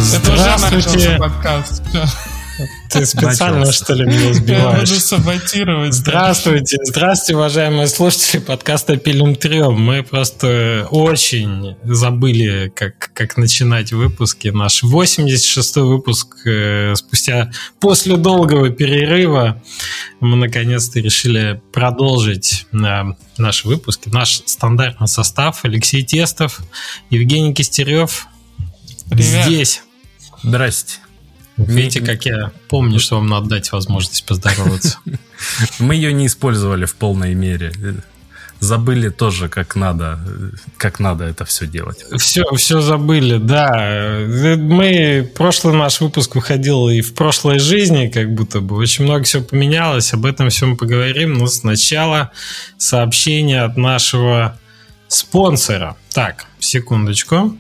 Это уже начался подкаст. Ты специально, что ли, меня сбиваешь? Я буду саботировать. Здравствуйте, уважаемые слушатели подкаста «Пилим трем». Мы просто очень забыли, как начинать выпуски. Наш 86-й выпуск после долгого перерыва мы наконец-то решили продолжить наши выпуски. Наш стандартный состав: Алексей Тестов, Евгений Кистерев. Привет. Здесь. Здрасте. Видите, как я помню, что вам надо дать возможность поздороваться. Мы ее не использовали в полной мере. Забыли тоже, как надо это все делать. Все забыли, да. Прошлый наш выпуск выходил и в прошлой жизни, как будто бы. Очень много всего поменялось, об этом все мы поговорим. Но сначала сообщение от нашего спонсора. Так, секундочку.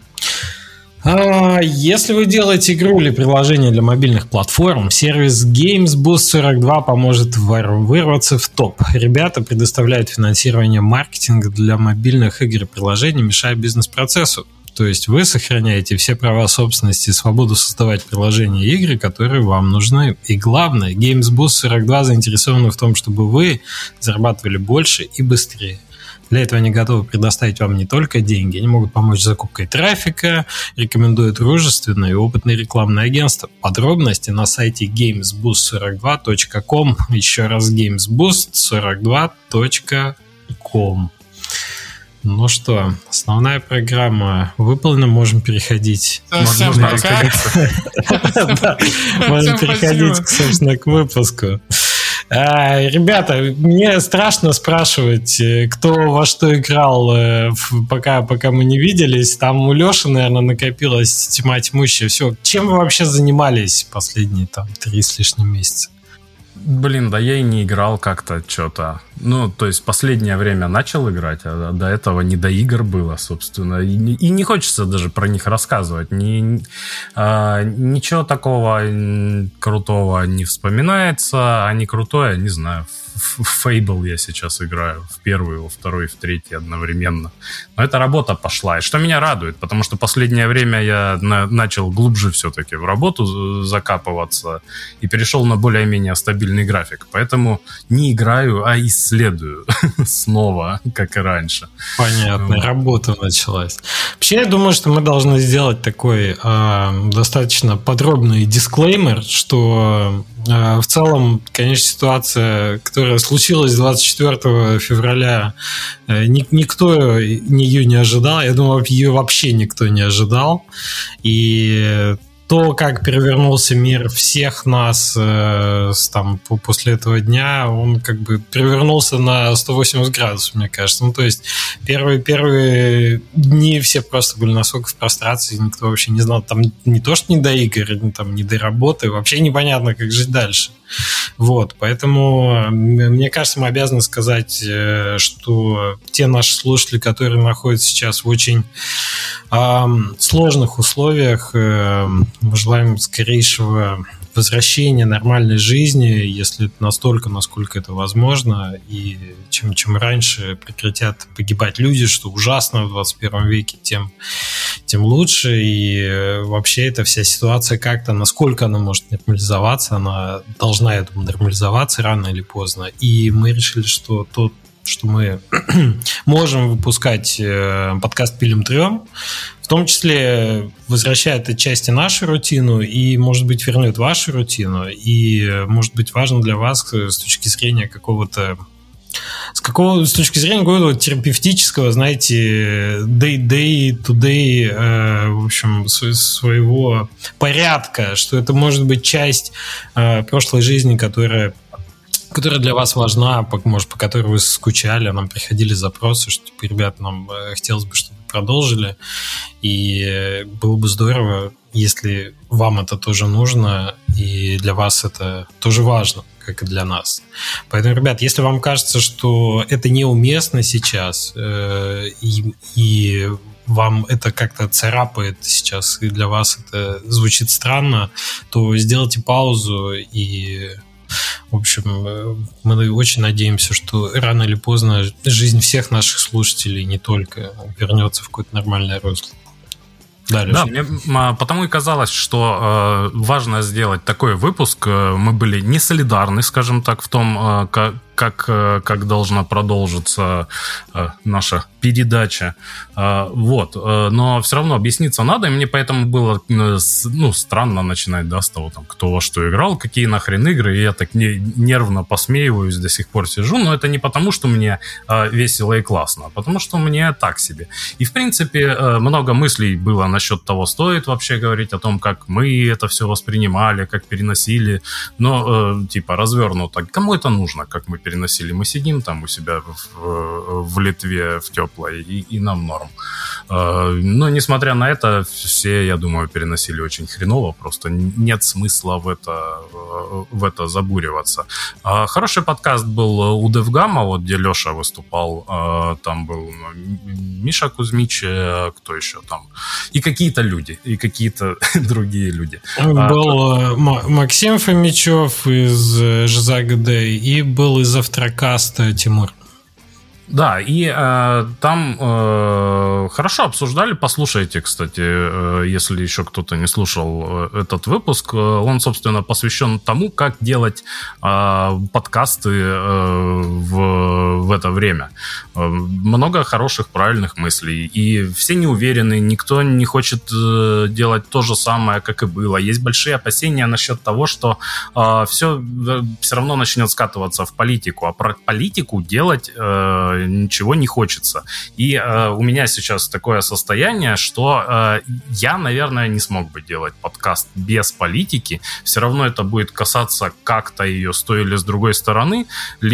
Если вы делаете игру или приложение для мобильных платформ, сервис Games Boost 42 поможет вырваться в топ. Ребята предоставляют финансирование маркетинга для мобильных игр и приложений, мешая бизнес-процессу. То есть вы сохраняете все права собственности и свободу создавать приложения и игры, которые вам нужны. И главное, Games Boost 42 заинтересованы в том, чтобы вы зарабатывали больше и быстрее. Для этого они готовы предоставить вам не только деньги, они могут помочь с закупкой трафика, рекомендуют дружественные и опытные рекламные агентства. Подробности на сайте gamesboost42.com. Еще раз, gamesboost42.com. Ну что, основная программа выполнена, можем переходить. Можно Можем переходить, собственно, к выпуску. Ребята, мне страшно спрашивать, кто во что играл, пока мы не виделись. Там у Леши, наверное, накопилась тьма тьмущая. Все. Чем вы вообще занимались последние 3 с лишним месяца? Блин, да я и не играл как-то что-то. Ну, то есть последнее время начал играть, а до этого не до игр было, собственно. И не хочется даже про них рассказывать. Ничего такого крутого не вспоминается, а не крутое, не знаю. В Fable я сейчас играю. В первую, во вторую, в третью одновременно. Но эта работа пошла. И что меня радует, потому что последнее время я начал глубже все-таки в работу закапываться и перешел на более-менее стабильный график. Поэтому не играю, а исследую снова, как и раньше. Понятно, работа началась. Вообще, я думаю, что мы должны сделать такой достаточно подробный дисклеймер, что в целом, конечно, ситуация, которая случилась 24 февраля, никто ее не ожидал. Я думаю, ее вообще никто не ожидал. И то, как перевернулся мир всех нас после этого дня, он как бы перевернулся на 180 градусов, мне кажется. Ну, то есть первые дни все просто были настолько в прострации, никто вообще не знал, там не то, что не до игр, не до работы, вообще непонятно, как жить дальше. Вот, поэтому, мне кажется, мы обязаны сказать, что те наши слушатели, которые находятся сейчас в очень сложных условиях, мы желаем скорейшего возвращения нормальной жизни, если это настолько, насколько это возможно, и чем раньше прекратят погибать люди, что ужасно в 21 веке, тем лучше. И вообще эта вся ситуация как-то, насколько она может нормализоваться, она должна, я думаю, нормализоваться рано или поздно. И мы решили, что что мы можем выпускать подкаст «Пилим трем», в том числе возвращает отчасти нашу рутину и, может быть, вернет вашу рутину. И, может быть, важно для вас с точки зрения какого-то терапевтического, знаете, day-to-day, в общем, своего порядка, что это может быть часть прошлой жизни, которая для вас важна, может, по которой вы скучали, нам приходили запросы, что, типа, ребят, нам хотелось бы, чтобы вы продолжили, и было бы здорово, если вам это тоже нужно, и для вас это тоже важно, как и для нас. Поэтому, ребят, если вам кажется, что это неуместно сейчас, и вам это как-то царапает сейчас, и для вас это звучит странно, то сделайте паузу и... В общем, мы очень надеемся, что рано или поздно жизнь всех наших слушателей, не только, вернется в какое-то нормальное русло. Да, мне потому и казалось, что важно сделать такой выпуск. Мы были не солидарны, скажем так, в том, как должна продолжиться наша передача. Вот. Но все равно объясниться надо, и мне поэтому было странно начинать, да, с того, там, кто во что играл, какие нахрен игры, и я так нервно посмеиваюсь, до сих пор сижу, но это не потому, что мне весело и классно, а потому что мне так себе. И, в принципе, много мыслей было насчет того, стоит вообще говорить о том, как мы это все воспринимали, как переносили, но, развернуто. Кому это нужно, как мы переносили? Мы сидим там у себя в Литве, в теплой, и нам норм. Но, несмотря на это, все, я думаю, переносили очень хреново, просто нет смысла в это забуриваться. Хороший подкаст был у Девгама, вот где Леша выступал, там был Миша Кузьмич, кто еще там, и какие-то люди, и какие-то другие люди. Был Максим Фомичев из ЖЗГД, и был из Автрокаста Тимур. Да, и там хорошо обсуждали. Послушайте, кстати, если еще кто-то не слушал этот выпуск. Он, собственно, посвящен тому, как делать подкасты в это время. Много хороших, правильных мыслей. И все не уверены, никто не хочет делать то же самое, как и было. Есть большие опасения насчет того, что все равно начнет скатываться в политику. А про политику делать ничего не хочется. И у меня сейчас такое состояние, что я, наверное, не смог бы делать подкаст без политики. Все равно это будет касаться как-то ее с той или с другой стороны.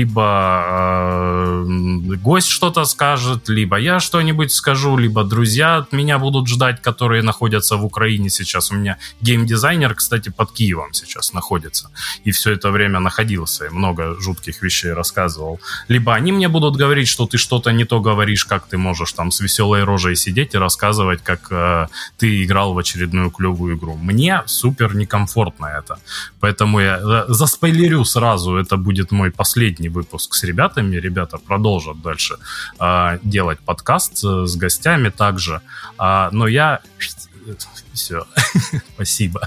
Либо гость что-то скажет, либо я что-нибудь скажу, либо друзья от меня будут ждать, которые находятся в Украине сейчас. У меня геймдизайнер, кстати, под Киевом сейчас находится. И все это время находился. И много жутких вещей рассказывал. Либо они мне будут говорить, что ты что-то не то говоришь, как ты можешь там с веселой рожей сидеть и рассказывать, как ты играл в очередную клевую игру. Мне супер некомфортно это. Поэтому я заспойлерю сразу, это будет мой последний выпуск с ребятами. Ребята продолжат дальше делать подкаст с гостями также. Но я... Все, спасибо.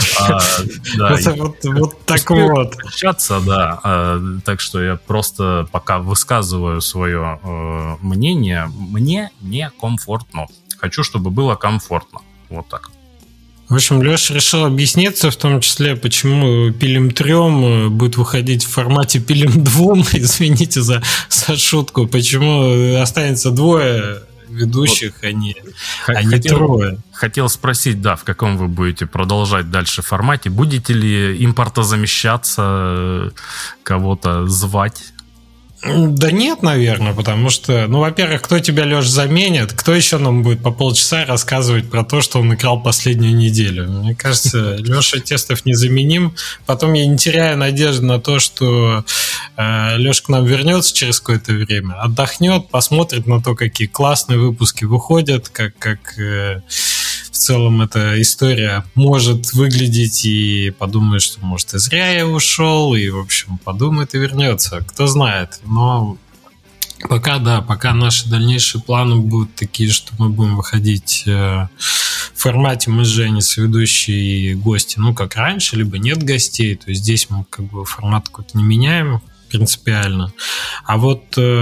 Вот так вот. Общаться, да. Так что я просто пока высказываю свое мнение. Мне некомфортно. Хочу, чтобы было комфортно. Вот так. В общем, Леша решил объясниться, в том числе, почему Пилим 3 будет выходить в формате Пилим 2. Извините за шутку. Почему останется 2 ведущих, вот. а не 3. Хотел спросить, да, в каком вы будете продолжать дальше формате? Будете ли импортозамещаться, кого-то звать? Да нет, наверное, потому что, во-первых, кто тебя, Леш, заменит? Кто еще нам будет по полчаса рассказывать про то, что он играл последнюю неделю? Мне кажется, Леша Тестов незаменим. Потом я не теряю надежды на то, что Леша к нам вернется через какое-то время, отдохнет, посмотрит на то, какие классные выпуски выходят, как в целом эта история может выглядеть, и подумает, что, может, и зря я ушел, и, в общем, подумает и вернется. Кто знает. Но пока наши дальнейшие планы будут такие, что мы будем выходить в формате мы с Женей соведущие и гости, как раньше, либо нет гостей. То есть здесь мы формат какой-то не меняем принципиально. А вот...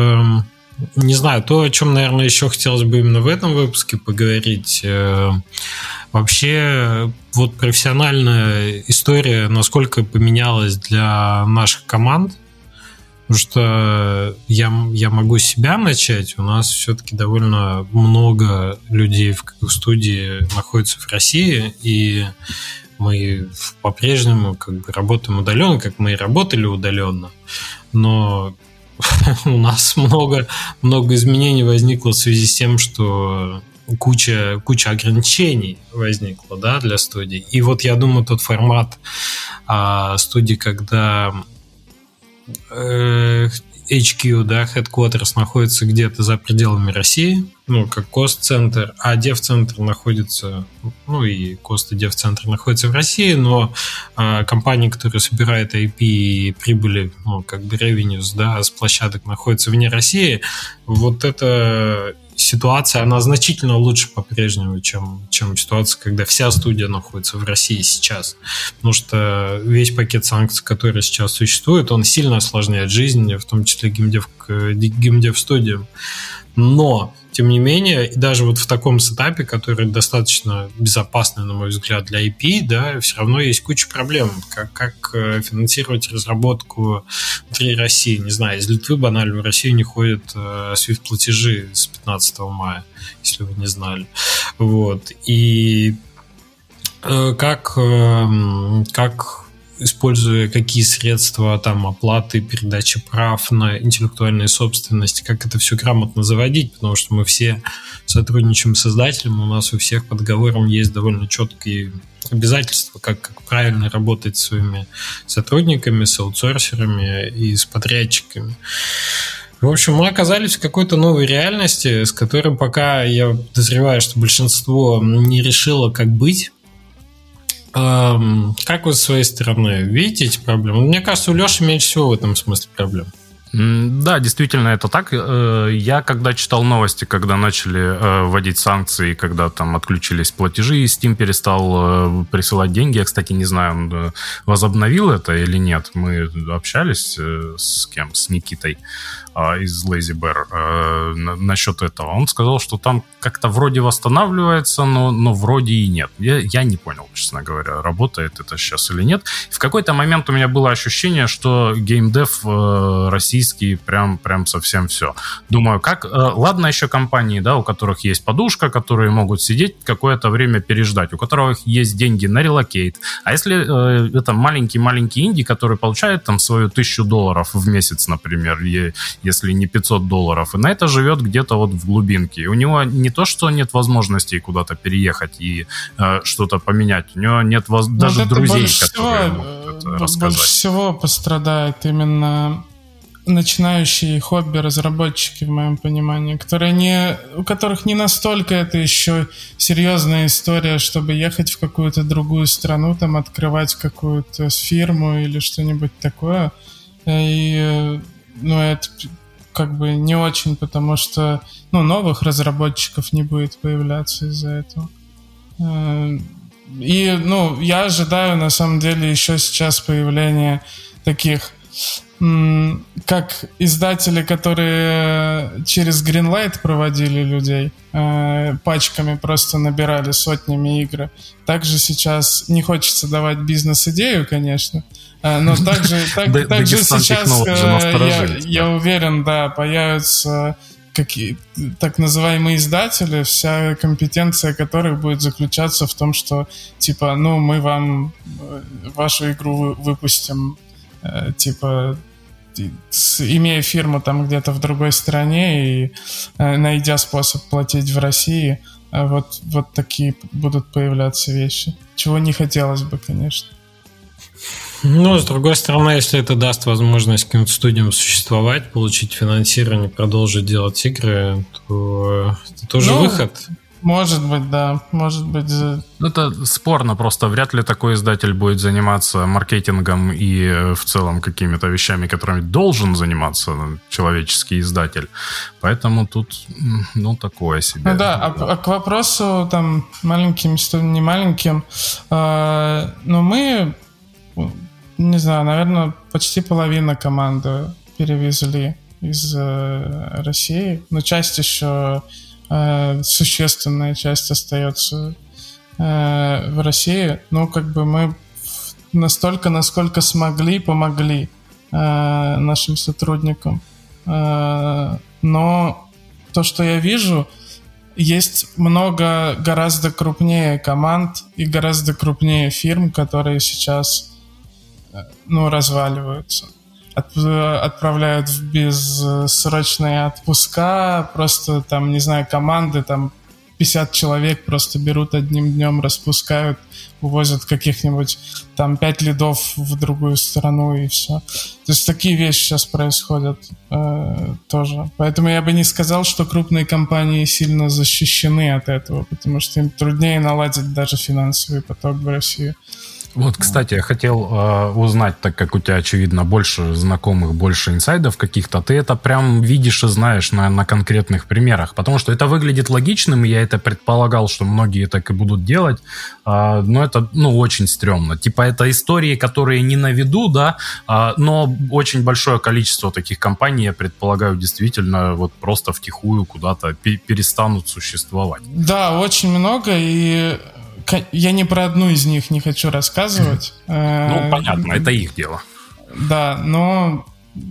не знаю, то, о чем, наверное, еще хотелось бы именно в этом выпуске поговорить. Вообще, вот профессиональная история, насколько поменялась для наших команд. Потому что я могу с себя начать. У нас все-таки довольно много людей в студии находится в России, и мы по-прежнему работаем удаленно, как мы и работали удаленно. Но у нас много изменений возникло в связи с тем, что куча ограничений возникла, да, для студий. И вот я думаю, тот формат студии, когда HQ, да, Headquarters находится где-то за пределами России, как кост-центр, а дев-центр находится, и кост и дев-центр находятся в России, но компания, которая собирает IP и прибыли, revenues, да, с площадок находится вне России. Вот это ситуация, она значительно лучше по-прежнему, чем ситуация, когда вся студия находится в России сейчас. Потому что весь пакет санкций, который сейчас существует, он сильно осложняет жизнь, в том числе геймдев-студиям. Но, тем не менее, и даже вот в таком сетапе, который достаточно безопасный, на мой взгляд, для IP, да, все равно есть куча проблем. Как финансировать разработку внутри России? Не знаю, из Литвы банально в Россию не ходят SWIFT-платежи с 15 мая, если вы не знали. Вот. И как используя какие средства там оплаты, передачи прав на интеллектуальную собственность, как это все грамотно заводить, потому что мы все сотрудничаем с издателем, у нас у всех по договорам есть довольно четкие обязательства, как правильно работать с своими сотрудниками, с аутсорсерами и с подрядчиками. В общем, мы оказались в какой-то новой реальности, с которой пока я подозреваю, что большинство не решило, как быть. Как вы с своей стороны видите эти проблемы? Мне кажется, у Леши меньше всего в этом смысле проблем. Да, действительно, это так. Я когда читал новости, когда начали вводить санкции, когда там отключились платежи, и Steam перестал присылать деньги, я, кстати, не знаю, он возобновил это или нет. Мы общались с кем? С Никитой из Lazy Bear насчет этого. Он сказал, что там как-то вроде восстанавливается, но вроде и нет. Я не понял, честно говоря, работает это сейчас или нет. В какой-то момент у меня было ощущение, что геймдев российский прям совсем все. Думаю, ладно еще компании, да, у которых есть подушка, которые могут сидеть какое-то время переждать, у которых есть деньги на релокейт. А если это маленький инди, который получает там свою $1000 в месяц, например, если не $500, и на это живет где-то вот в глубинке. И у него не то, что нет возможностей куда-то переехать и что-то поменять, у него нет даже друзей, которые могут это рассказать. Больше всего пострадает именно начинающие хобби-разработчики, в моем понимании, у которых не настолько это еще серьезная история, чтобы ехать в какую-то другую страну, там открывать какую-то фирму или что-нибудь такое. И это как бы не очень, потому что новых разработчиков не будет появляться из-за этого. И я ожидаю на самом деле еще сейчас появления таких как издатели, которые через Greenlight проводили людей, пачками просто набирали сотнями игры. Также сейчас не хочется давать бизнес-идею, конечно, но также сейчас, я уверен, да, появятся какие так называемые издатели, вся компетенция которых будет заключаться в том, что типа, мы вам вашу игру выпустим, типа, имея фирму там где-то в другой стране и найдя способ платить в России, вот такие будут появляться вещи. Чего не хотелось бы, конечно. С другой стороны, если это даст возможность каким-то студиям существовать, получить финансирование, продолжить делать игры, то это тоже выход. Может быть, да. Может быть. Это спорно просто. Вряд ли такой издатель будет заниматься маркетингом и в целом какими-то вещами, которыми должен заниматься человеческий издатель. Поэтому тут, такое себе. А к вопросу, там, маленьким, что не маленьким, мы, не знаю, наверное, почти половина команды перевезли из России. Но часть еще... существенная часть остается в России. Мы настолько, насколько смогли, помогли нашим сотрудникам. Но то, что я вижу, есть много гораздо крупнее команд и гораздо крупнее фирм, которые сейчас разваливаются. Отправляют в бессрочные отпуска, просто там, не знаю, команды, там 50 человек просто берут одним днем, распускают, увозят каких-нибудь там 5 лидов в другую страну и все. То есть такие вещи сейчас происходят тоже. Поэтому я бы не сказал, что крупные компании сильно защищены от этого, потому что им труднее наладить даже финансовый поток в Россию. Вот, кстати, я хотел узнать, так как у тебя, очевидно, больше знакомых, больше инсайдов каких-то, ты это прям видишь и знаешь на конкретных примерах, потому что это выглядит логичным, и я это предполагал, что многие так и будут делать, но это, очень стрёмно. Типа это истории, которые не на виду, да, но очень большое количество таких компаний, я предполагаю, действительно вот просто втихую куда-то перестанут существовать. Да, очень много, и... Я ни про одну из них не хочу рассказывать. Понятно, это их дело. Да, но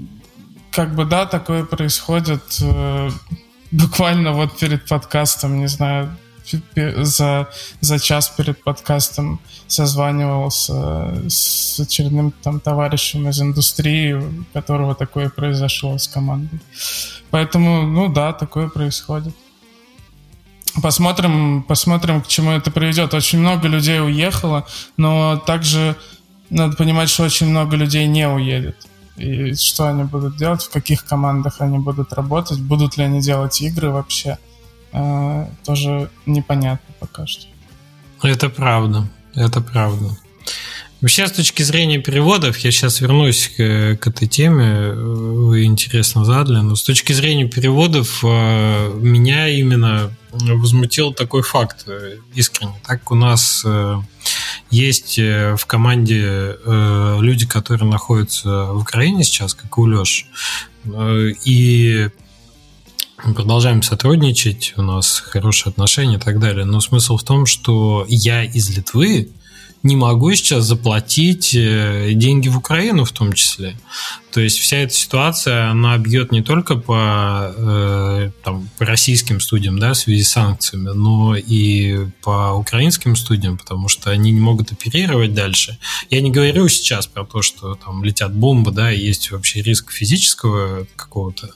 да, такое происходит буквально вот перед подкастом, не знаю, за час перед подкастом созванивался с очередным там товарищем из индустрии, у которого такое произошло с командой. Поэтому, да, такое происходит. Посмотрим, к чему это приведет. Очень много людей уехало, но также надо понимать, что очень много людей не уедет. И что они будут делать, в каких командах они будут работать, будут ли они делать игры вообще, тоже непонятно пока что. Это правда. Вообще, с точки зрения переводов, я сейчас вернусь к этой теме, вы интересно задали, но с точки зрения переводов меня именно возмутил такой факт искренне. Так у нас есть в команде люди, которые находятся в Украине сейчас, как и у Лёши, и мы продолжаем сотрудничать, у нас хорошие отношения и так далее, но смысл в том, что я из Литвы не могу сейчас заплатить деньги в Украину в том числе. То есть вся эта ситуация, она бьет не только по российским студиям, да, в связи с санкциями, но и по украинским студиям, потому что они не могут оперировать дальше. Я не говорю сейчас про то, что там летят бомбы, да, и есть вообще риск физического какого-то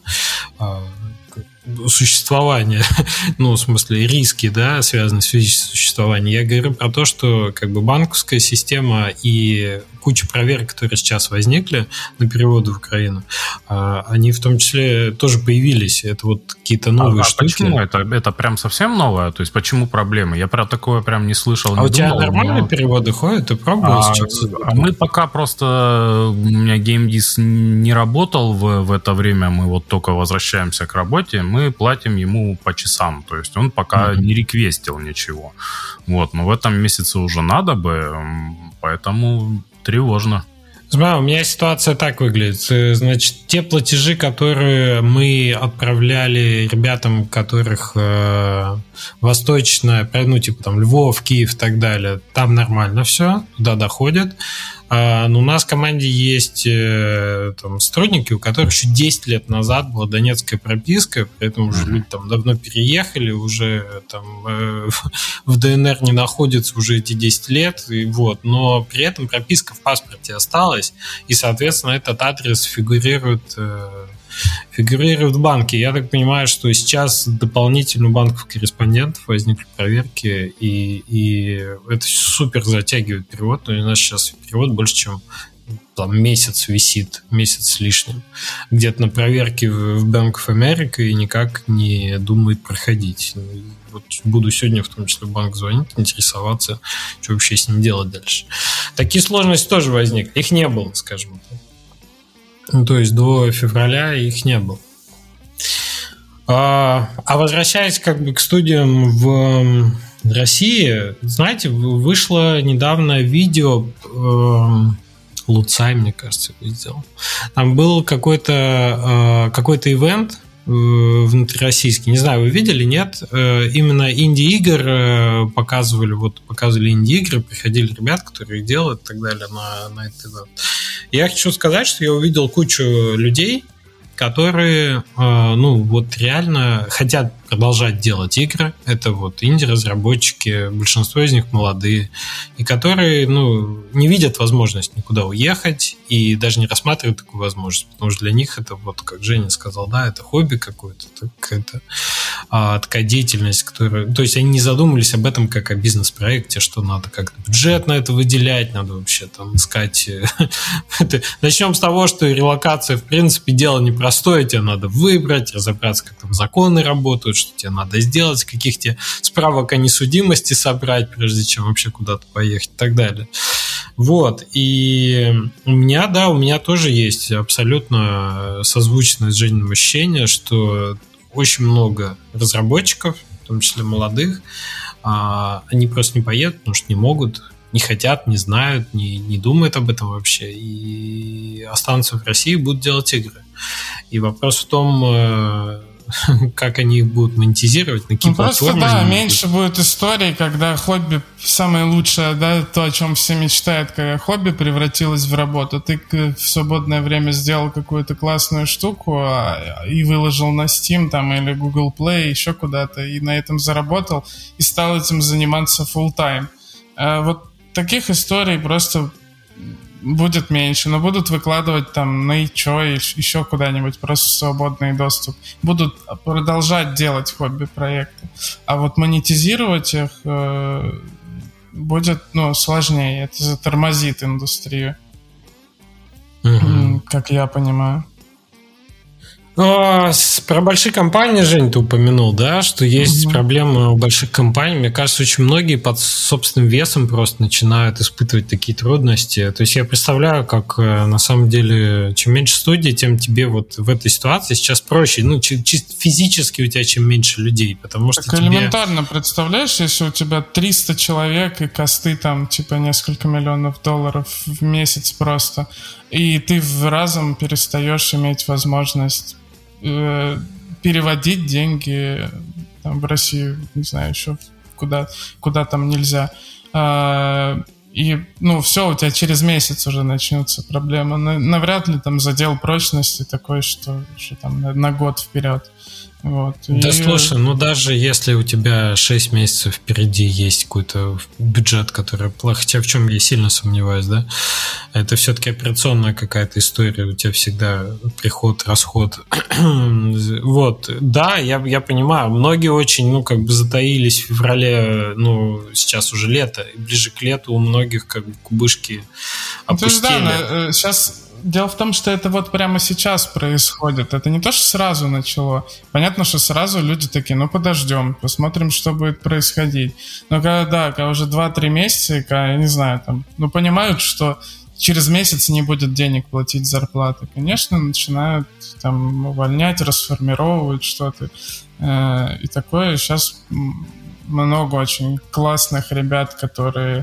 существования, в смысле риски, да, связанные с физическим существованием. Я говорю про то, что банковская система и куча проверок, которые сейчас возникли на переводы в Украину, они в том числе тоже появились. Это вот какие-то новые штуки. Почему? Это прям совсем новое? То есть почему проблемы? Я про такое прям не слышал. У тебя нормальные переводы ходят? Ты пробовал сейчас? Мы пока просто... У меня геймдис не работал в это время. Мы вот только возвращаемся к работе. Мы платим ему по часам. То есть он пока не реквестил ничего. Вот. Но в этом месяце уже надо бы. Поэтому... тревожно. Смотри, у меня ситуация так выглядит. Значит, те платежи, которые мы отправляли ребятам, которых восточная, Львов, Киев и так далее, там нормально все, туда доходят. Но у нас в команде есть сотрудники, у которых еще 10 лет назад была донецкая прописка, поэтому уже люди там давно переехали, уже в ДНР не находятся уже эти 10 лет, но при этом прописка в паспорте осталась, и, соответственно, этот адрес фигурирует в банке. Я так понимаю, что сейчас дополнительно у банков корреспондентов возникли проверки, и это супер затягивает перевод. Но у нас сейчас перевод больше, чем месяц висит, месяц с лишним. Где-то на проверке в Bank of America и никак не думает проходить. Вот буду сегодня в том числе в банк звонить, интересоваться, что вообще с ним делать дальше. Такие сложности тоже возникли. Их не было, скажем так. То есть до февраля их не было. А возвращаясь к студиям в России, знаете, вышло недавно видео, Луцай, мне кажется, сделал. Там был какой-то ивент внутрироссийский. Не знаю, вы видели, нет? Именно инди-игр показывали инди-игры, приходили ребят, которые их делают и так далее на этот ивент. Я хочу сказать, что я увидел кучу людей, которые, реально хотят продолжать делать игры. Это инди-разработчики, большинство из них молодые, и которые, не видят возможность никуда уехать и даже не рассматривают такую возможность, потому что для них это, как Женя сказал, да, это хобби какое-то, какая-то такая деятельность, которая... То есть они не задумывались об этом как о бизнес-проекте, что надо как-то бюджет на это выделять, надо вообще там искать... Начнем с того, что релокация, в принципе, дело непростое, тебе надо выбрать, разобраться, как там законы работают, что тебе надо сделать, каких тебе справок о несудимости собрать, прежде чем вообще куда-то поехать и так далее. Вот, и у меня тоже есть абсолютно созвучное с Жениным ощущение, что очень много разработчиков, в том числе молодых, они просто не поедут, потому что не могут, не хотят, не знают, не думают об этом вообще, и останутся в России и будут делать игры. И вопрос в том, как они их будут монетизировать, на какие платформы. Просто, да, меньше будет историй, когда хобби самое лучшее, да, то, о чем все мечтают, когда хобби превратилось в работу. Ты в свободное время сделал какую-то классную штуку и выложил на Steam там, или Google Play, еще куда-то, и на этом заработал, и стал этим заниматься full-time. Вот таких историй просто будет меньше, но будут выкладывать там на ичо, еще куда-нибудь, просто в свободный доступ. Будут продолжать делать хобби-проекты. А вот монетизировать их будет, сложнее. Это затормозит индустрию. Как я понимаю. Про большие компании, Жень, ты упомянул, да, что есть проблемы у больших компаний. Мне кажется, очень многие под собственным весом просто начинают испытывать такие трудности. То есть я представляю, как на самом деле, чем меньше студий, тем тебе вот в этой ситуации сейчас проще. Чисто физически у тебя чем меньше людей, потому что так элементарно, представляешь, если у тебя 300 человек и косты там типа несколько миллионов долларов в месяц просто, и ты разом перестаешь иметь возможность переводить деньги там, в Россию, не знаю, еще куда там нельзя. И, все, у тебя через месяц уже начнутся проблемы. Навряд ли там задел прочности такой, что там на год вперед. Вот. Да, слушай, даже если у тебя 6 месяцев впереди есть какой-то бюджет, который плохо, хотя в чем я сильно сомневаюсь, да, это все-таки операционная какая-то история, у тебя всегда приход, расход. Вот, да, я понимаю, многие очень, затаились в феврале, сейчас уже лето, и ближе к лету у многих кубышки опустили. То есть, да, сейчас... Дело в том, что это вот прямо сейчас происходит. Это не то, что сразу начало. Понятно, что сразу люди такие, подождем, посмотрим, что будет происходить. Но когда уже 2-3 месяца, я не знаю, понимают, что через месяц не будет денег платить зарплаты, конечно, начинают там увольнять, расформировывать что-то. И такое. Сейчас много очень классных ребят, которые...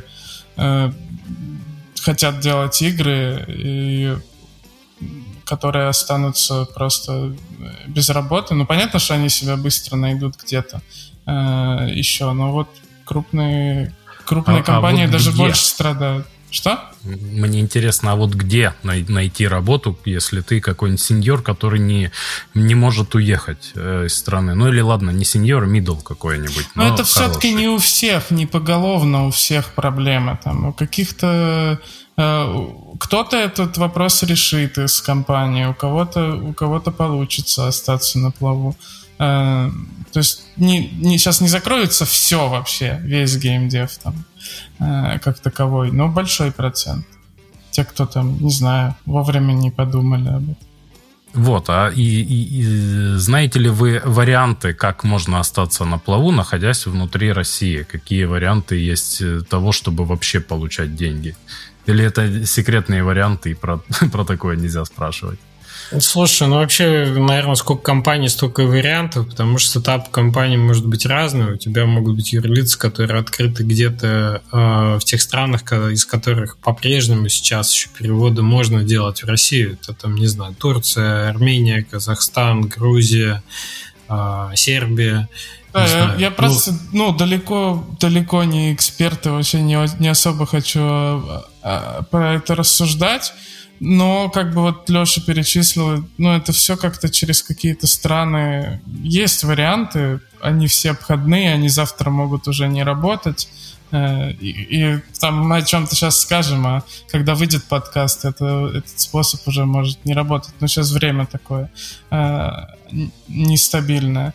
хотят делать игры, и которые останутся просто без работы. Понятно, что они себя быстро найдут где-то еще, но вот крупные компании вот даже больше страдают. Что? Мне интересно, а вот где найти работу, если ты какой-нибудь сеньор, который не может уехать из страны? Или ладно, не сеньор, мидл какой-нибудь. Но это все-таки не у всех, не поголовно у всех проблемы. Там, у каких-то... Кто-то этот вопрос решит из компании, у кого-то получится остаться на плаву. То есть сейчас не закроется все вообще, весь геймдев там, как таковой, но большой процент. Те, кто там, не знаю, вовремя не подумали об этом. Вот, и знаете ли вы варианты, как можно остаться на плаву, находясь внутри России? Какие варианты есть того, чтобы вообще получать деньги? Или это секретные варианты, и про такое нельзя спрашивать? Слушай, вообще, наверное, сколько компаний, столько и вариантов, потому что сетап компании может быть разный. У тебя могут быть юрлицы, которые открыты где-то в тех странах, из которых по-прежнему сейчас еще переводы можно делать в Россию. Это там, не знаю, Турция, Армения, Казахстан, Грузия, Сербия. Да, я просто, далеко не эксперт, и вообще не особо хочу про это рассуждать. Но, вот Леша перечислил, это все как-то через какие-то страны. Есть варианты, они все обходные, они завтра могут уже не работать. И там мы о чем-то сейчас скажем, а когда выйдет подкаст, этот способ уже может не работать. Но сейчас время такое нестабильное.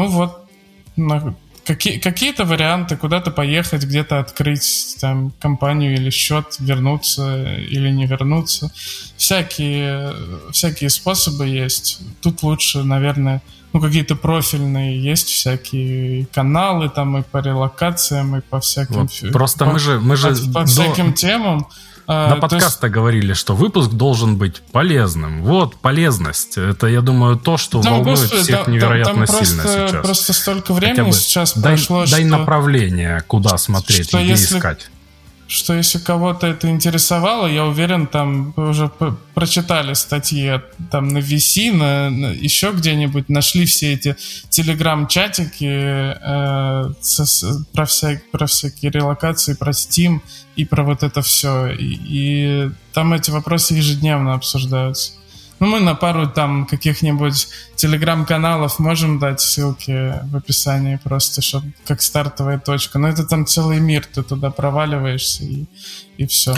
Какие-то варианты, куда-то поехать, где-то открыть там компанию или счет, вернуться или не вернуться. Всякие способы есть. Тут лучше, наверное, какие-то профильные есть всякие каналы там и по релокациям, и по всяким... Просто мы же по всяким темам. До подкаста говорили, что выпуск должен быть полезным. Вот, полезность. Это, я думаю, то, что волнует всех невероятно сильно сейчас. Просто столько времени сейчас прошло, дай направление, куда смотреть, где искать. Что если кого-то это интересовало, я уверен, там вы уже прочитали статьи там на VC, еще где-нибудь, нашли все эти телеграм-чатики про всякие релокации, про Steam и про вот это все. И там эти вопросы ежедневно обсуждаются. Ну, мы на пару там каких-нибудь телеграм-каналов можем дать ссылки в описании просто, чтобы как стартовая точка. Но это там целый мир, ты туда проваливаешься и все.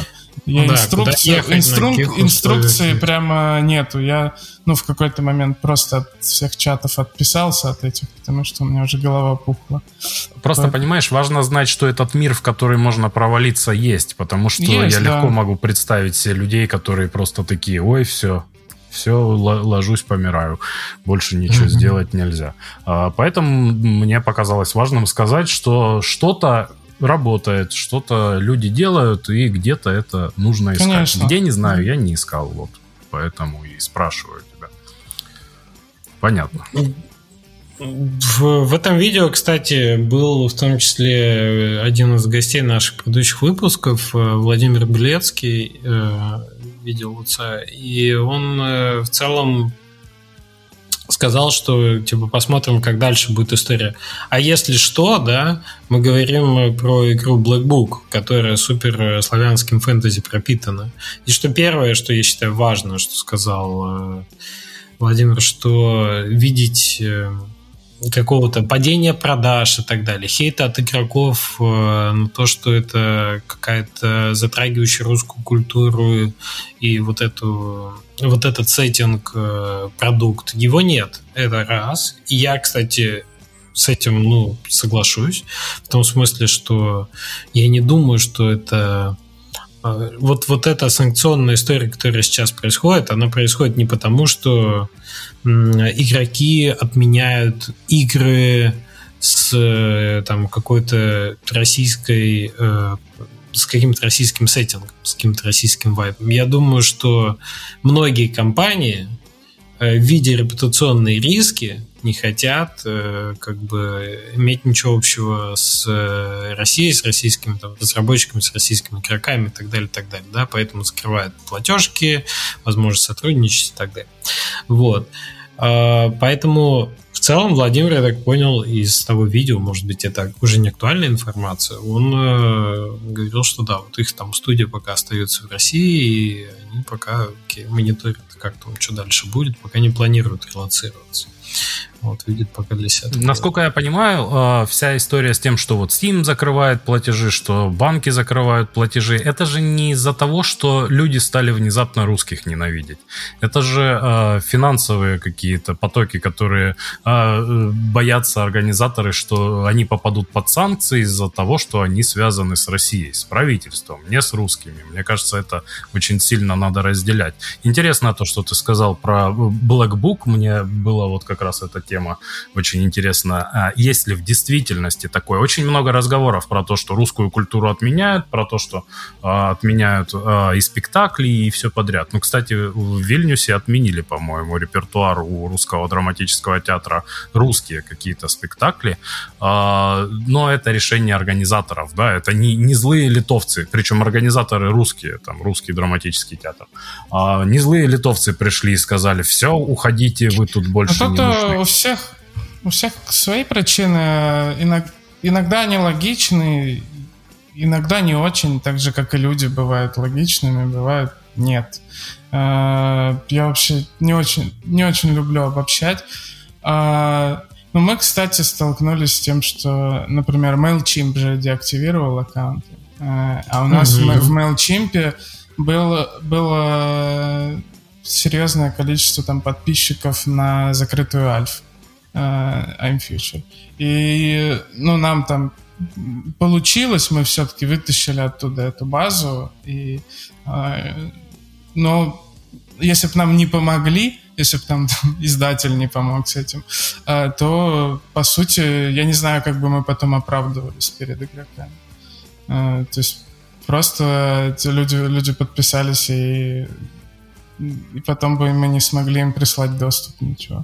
Инструкции прямо нету. Я, в какой-то момент просто от всех чатов отписался от этих, потому что у меня уже голова пухла. Просто, понимаешь, важно знать, что этот мир, в который можно провалиться, есть. Потому что я легко могу представить себе людей, которые просто такие: ой, все, ложусь, помираю. Больше ничего сделать нельзя. Поэтому мне показалось важным сказать, что что-то работает, что-то люди делают, и где-то это нужно искать. Конечно. Где, не знаю, я не искал. Вот. Поэтому и спрашиваю тебя. Понятно. В этом видео, кстати, был в том числе один из гостей наших предыдущих выпусков, Владимир Белецкий, видел отца, и он в целом сказал, что типа посмотрим, как дальше будет история. А если что, да, мы говорим про игру Black Book, которая супер славянским фэнтези пропитана. И что первое, что я считаю важно, что сказал Владимир, что видеть какого-то падения продаж и так далее, хейта от игроков на то, что это какая-то затрагивающая русскую культуру и вот этот сеттинг, продукт, его нет. Это раз. И я, кстати, с этим, соглашусь. В том смысле, что я не думаю, что это... Вот эта санкционная история, которая сейчас происходит, она происходит не потому, что игроки отменяют игры с там какой-то российской, с каким-то российским сеттингом, с каким-то российским вайбом. Я думаю, что многие компании, видя репутационные риски, не хотят иметь ничего общего с Россией, с российскими разработчиками, с российскими игроками и так далее, да, поэтому закрывают платежки, возможность сотрудничать и так далее. Вот. Поэтому в целом Владимир, я так понял, из того видео, может быть, это уже не актуальная информация, он говорил, что да, вот их там студия пока остается в России, и они пока мониторят, как там, что дальше будет, пока не планируют релоцироваться. Вот, видит пока для себя. Насколько я понимаю, вся история с тем, что вот Steam закрывает платежи, что банки закрывают платежи, это же не из-за того, что люди стали внезапно русских ненавидеть. Это же финансовые какие-то потоки, которые боятся организаторы, что они попадут под санкции из-за того, что они связаны с Россией, с правительством, не с русскими. Мне кажется, это очень сильно надо разделять. Интересно то, что ты сказал про Black Book. Мне было вот как раз эта тема очень интересна. Есть ли в действительности такое? Очень много разговоров про то, что русскую культуру отменяют, про то, что отменяют и спектакли, и все подряд. Кстати, в Вильнюсе отменили, по-моему, репертуар у Русского драматического театра, русские какие-то спектакли. Но это решение организаторов, да, это не злые литовцы, причем организаторы русские, там, Русский драматический театр. Не злые литовцы пришли и сказали: все, уходите, вы тут больше не нужны. У всех свои причины. Иногда они логичны, иногда не очень, так же, как и люди бывают логичными, бывают нет. Я вообще не очень люблю обобщать. Но мы, кстати, столкнулись с тем, что, например, MailChimp же деактивировал аккаунты. А у нас в MailChimp было серьезное количество там подписчиков на закрытую альфу I'm Future. И нам там получилось, мы все-таки вытащили оттуда эту базу. Но если бы нам не помогли, если бы там издатель не помог с этим, то, по сути, я не знаю, как бы мы потом оправдывались перед игроками. То есть просто эти люди подписались, и потом бы мы не смогли им прислать доступ, ничего.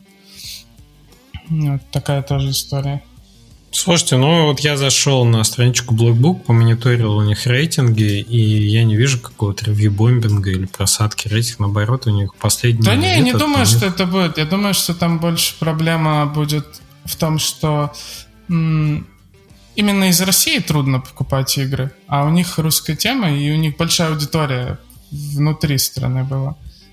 Вот такая тоже история. Слушайте, вот я зашел на страничку Blockbook, помониторил у них рейтинги, и я не вижу какого-то ревью-бомбинга или просадки рейтинга. Наоборот, у них последний... Да не думаю, что это будет. Я думаю, что там больше проблема будет в том, что именно из России трудно покупать игры, а у них русская тема, и у них большая аудитория внутри страны была.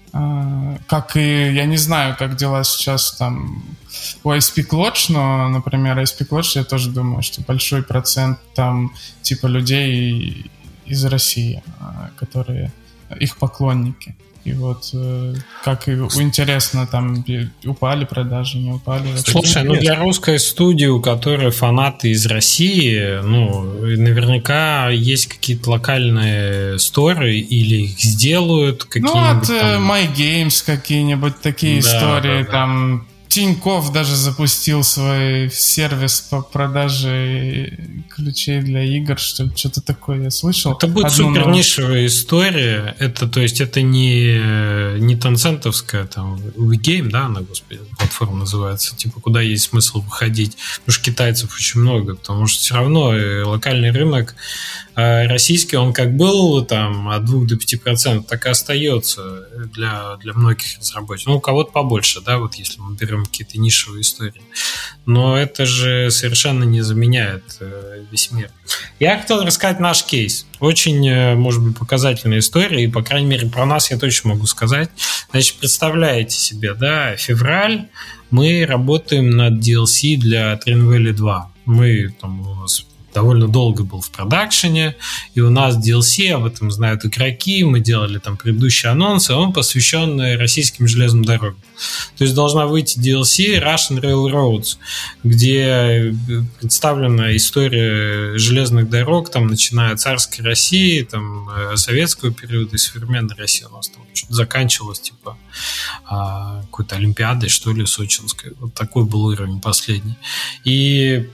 Как и, я не знаю, как дела сейчас там у iSpeak Lodge, но, например, iSpeak Lodge, я тоже думаю, что большой процент там типа людей из России, которые их поклонники. И вот как и интересно, там упали продажи, не упали. Слушай, для русской студии, у которой фанаты из России, наверняка есть какие-то локальные сторы, или их сделают какие-нибудь. My Games какие-нибудь такие истории, там. Тинькофф даже запустил свой сервис по продаже ключей для игр, что-то такое я слышал. Это будет супер нишевая история. Это, то есть, это не танцентовская там WeGame, да, она, господи, платформа называется, типа, куда есть смысл выходить. Потому что китайцев очень много, потому что все равно локальный рынок российский, он как был там от 2 до 5%, так и остается для многих разработчиков. У кого-то побольше, да, вот если мы берем какие-то нишевые истории. Но это же совершенно не заменяет весь мир. Я хотел рассказать наш кейс. Очень, может быть, показательная история, и, по крайней мере, про нас я точно могу сказать. Значит, представляете себе, да, февраль, мы работаем над DLC для Train Valley 2. Мы там у нас довольно долго был в продакшене, и у нас DLC, об этом знают игроки, мы делали там предыдущие анонсы, он посвящен российским железным дорогам. То есть должна выйти DLC Russian Railroads, где представлена история железных дорог, там, начиная от царской России, там, советского периода и современной России. У нас там что-то заканчивалось, типа, какой-то олимпиадой, что ли, сочинской. Вот такой был уровень последний. И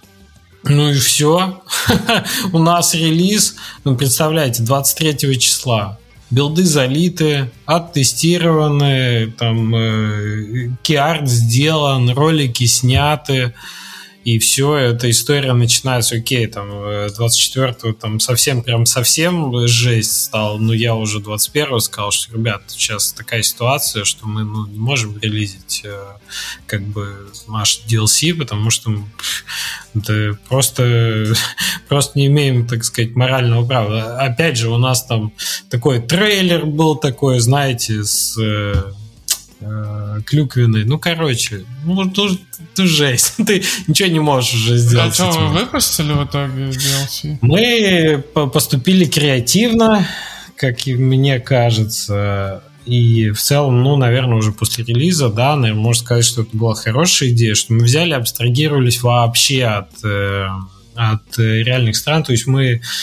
все. У нас релиз, представляете, 23 числа. Билды залиты, оттестированы, там кей-арт сделан, ролики сняты. И все, эта история начинается, окей, там, 24-го там совсем жесть стала, но я уже 21-го сказал, что, ребят, сейчас такая ситуация, что мы не можем релизить как бы наш DLC, потому что это просто не имеем, так сказать, морального права. Опять же, у нас там такой трейлер был такой, знаете, с клюквенной. Тут жесть. Ты ничего не можешь уже сделать. А что, вы выпустили в итоге DLC? Мы поступили креативно, как и мне кажется. И в целом, наверное, уже после релиза, да, наверное, можно сказать, что это была хорошая идея, что мы взяли, абстрагировались вообще от реальных стран. То есть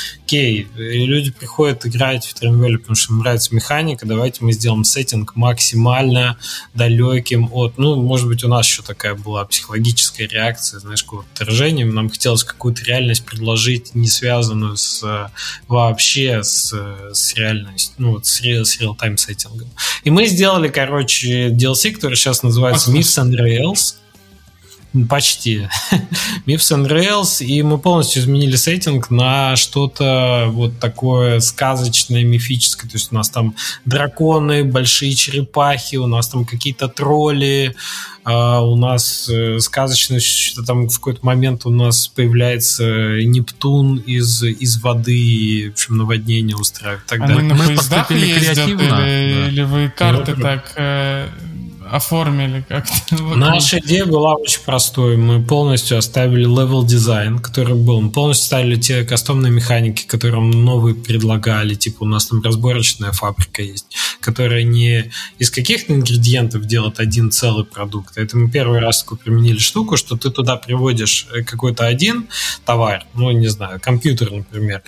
люди приходят играть в Train Valley, потому что им нравится механика, давайте мы сделаем сеттинг максимально далеким от... может быть, у нас еще такая была психологическая реакция, знаешь, какого-то отторжения. Нам хотелось какую-то реальность предложить, не связанную вообще с реальностью, с реал-тайм сеттингом. И мы сделали, DLC, который сейчас называется Myths and Rails. Почти. Myths and Rails, и мы полностью изменили сеттинг на что-то вот такое сказочное, мифическое. То есть у нас там драконы, большие черепахи, у нас там какие-то тролли, у нас сказочное, что там в какой-то момент у нас появляется Нептун из воды, и, в общем, наводнение устраивает. Так далее. Мы поступили креативно. Или вы карты так... оформили как-то? Наша идея была очень простой. Мы полностью оставили level дизайн, который был. Мы полностью ставили те кастомные механики, которые новые предлагали. Типа у нас там разборочная фабрика есть, которая не из каких-то ингредиентов делает один целый продукт. Это мы первый раз такую применили штуку, что ты туда приводишь какой-то один товар, не знаю, компьютер, например,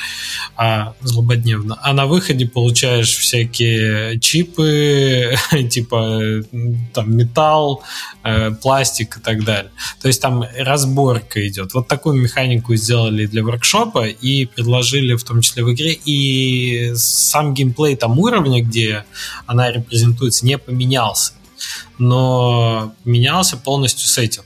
злободневно, а на выходе получаешь всякие чипы, типа там металл, пластик и так далее. То есть там разборка идет. Вот такую механику сделали для воркшопа и предложили в том числе в игре. И сам геймплей там уровня, где она репрезентуется, не поменялся. Но менялся полностью сеттинг.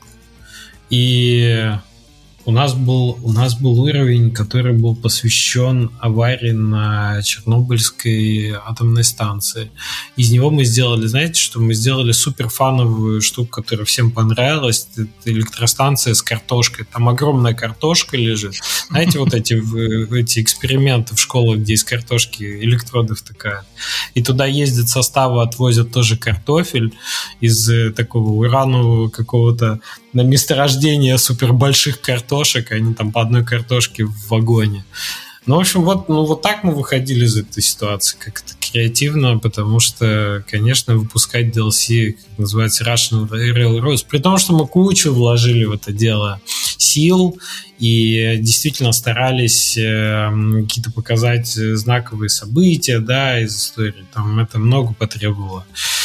И у нас был уровень, который был посвящен аварии на Чернобыльской атомной станции. Из него мы сделали, знаете, что мы сделали суперфановую штуку, которая всем понравилась. Это электростанция с картошкой. Там огромная картошка лежит. Знаете, вот эти эксперименты в школах, где из картошки электроды втыкают. И туда ездят составы, отвозят тоже картофель из такого уранового какого-то на месторождение супербольших картошек, они там по одной картошке в вагоне. Ну, в общем, вот так мы выходили из этой ситуации, как-то креативно, потому что, конечно, выпускать DLC, как называется, Russian Railroads, при том, что мы кучу вложили в это дело сил и действительно старались какие-то показать знаковые события, да, из истории, там это много потребовало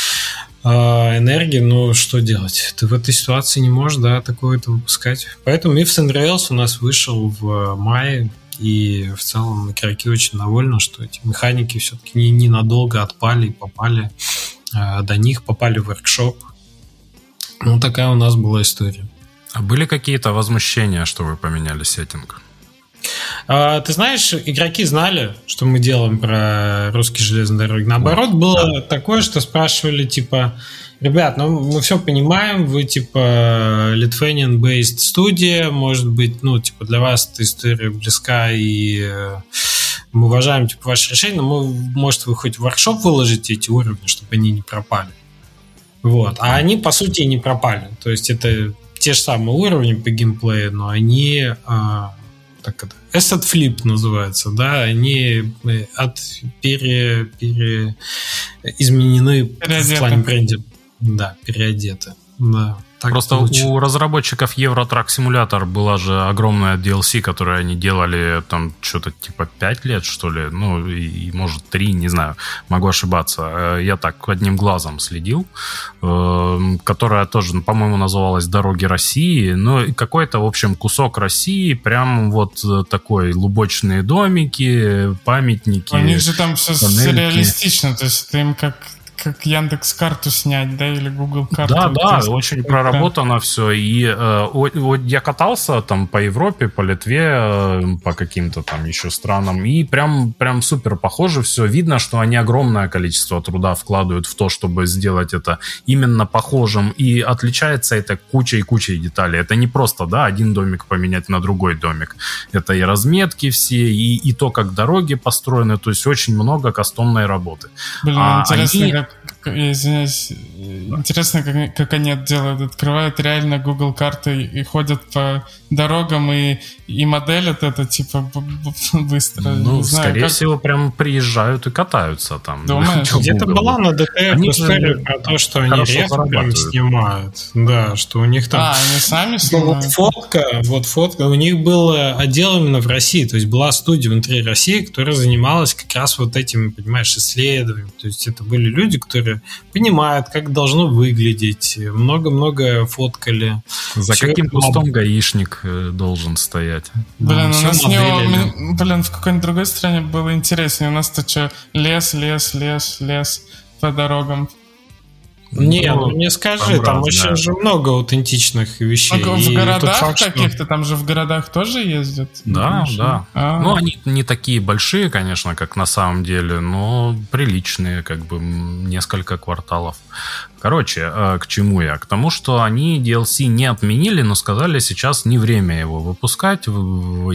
энергии, но что делать? Ты в этой ситуации не можешь, да, такое-то выпускать. Поэтому Myths and Rails у нас вышел в мае, и в целом игроки очень довольны, что эти механики все-таки ненадолго отпали и попали до них, попали в воркшоп. Ну, такая у нас была история. А были какие-то возмущения, что вы поменяли сеттинг? Ты знаешь, игроки знали, что мы делаем про русские железные дороги. Наоборот, было такое, что спрашивали, типа, ребят, ну мы все понимаем, вы типа Lithuanian-based студия, может быть, ну, типа, для вас эта история близка, и мы уважаем, типа, ваше решение, но может, вы хоть в воркшоп выложите эти уровни, чтобы они не пропали. Вот. А они, по сути, и не пропали. То есть это те же самые уровни по геймплею, но они... так это, asset flip называется, да, они изменены в плане бренде. Да, переодеты. Да. Просто у разработчиков Евротрак Simulator была же огромная DLC, которую они делали там что-то типа 5 лет, что ли, ну, и может 3, не знаю, могу ошибаться. Я так одним глазом следил, которая тоже, по-моему, называлась «Дороги России», ну, и какой-то, в общем, кусок России, прям вот такой, лубочные домики, памятники. У них же там все сюрреалистично, то есть это им как Яндекс.Карту снять, да, или Google карту. Да, очень проработано все. И я катался там по Европе, по Литве, по каким-то там еще странам, и прям супер похоже все. Видно, что они огромное количество труда вкладывают в то, чтобы сделать это именно похожим, и отличается это кучей деталей. Это не просто, да, один домик поменять на другой домик. Это и разметки все, и то, как дороги построены, то есть очень много кастомной работы. Блин, интересно, я извиняюсь, интересно, как они это делают. Открывают реально Google карты и ходят по дорогам и моделят это, типа, быстро. Ну, скорее всего, прям приезжают и катаются там. Думаешь? Где-то была на ДТФ история про то, что они резко прям снимают. Да, что у них там... они сами снимают? Вот фотка. У них был отдел именно в России. То есть была студия внутри России, которая занималась как раз вот этим, понимаешь, исследованием. То есть это были люди, которые понимают, как должно выглядеть. Много-много фоткали. За каким кустом гаишник должен стоять? Блин, у нас в какой-нибудь другой стране было интереснее. У нас-то что, лес по дорогам. Не скажи, там очень же много аутентичных вещей. В городах каких-то, там же в городах тоже ездят? Да. Ну, они не такие большие, конечно, как на самом деле, но приличные, как бы несколько кварталов. Короче, к чему я? К тому, что они DLC не отменили, но сказали, сейчас не время его выпускать, мы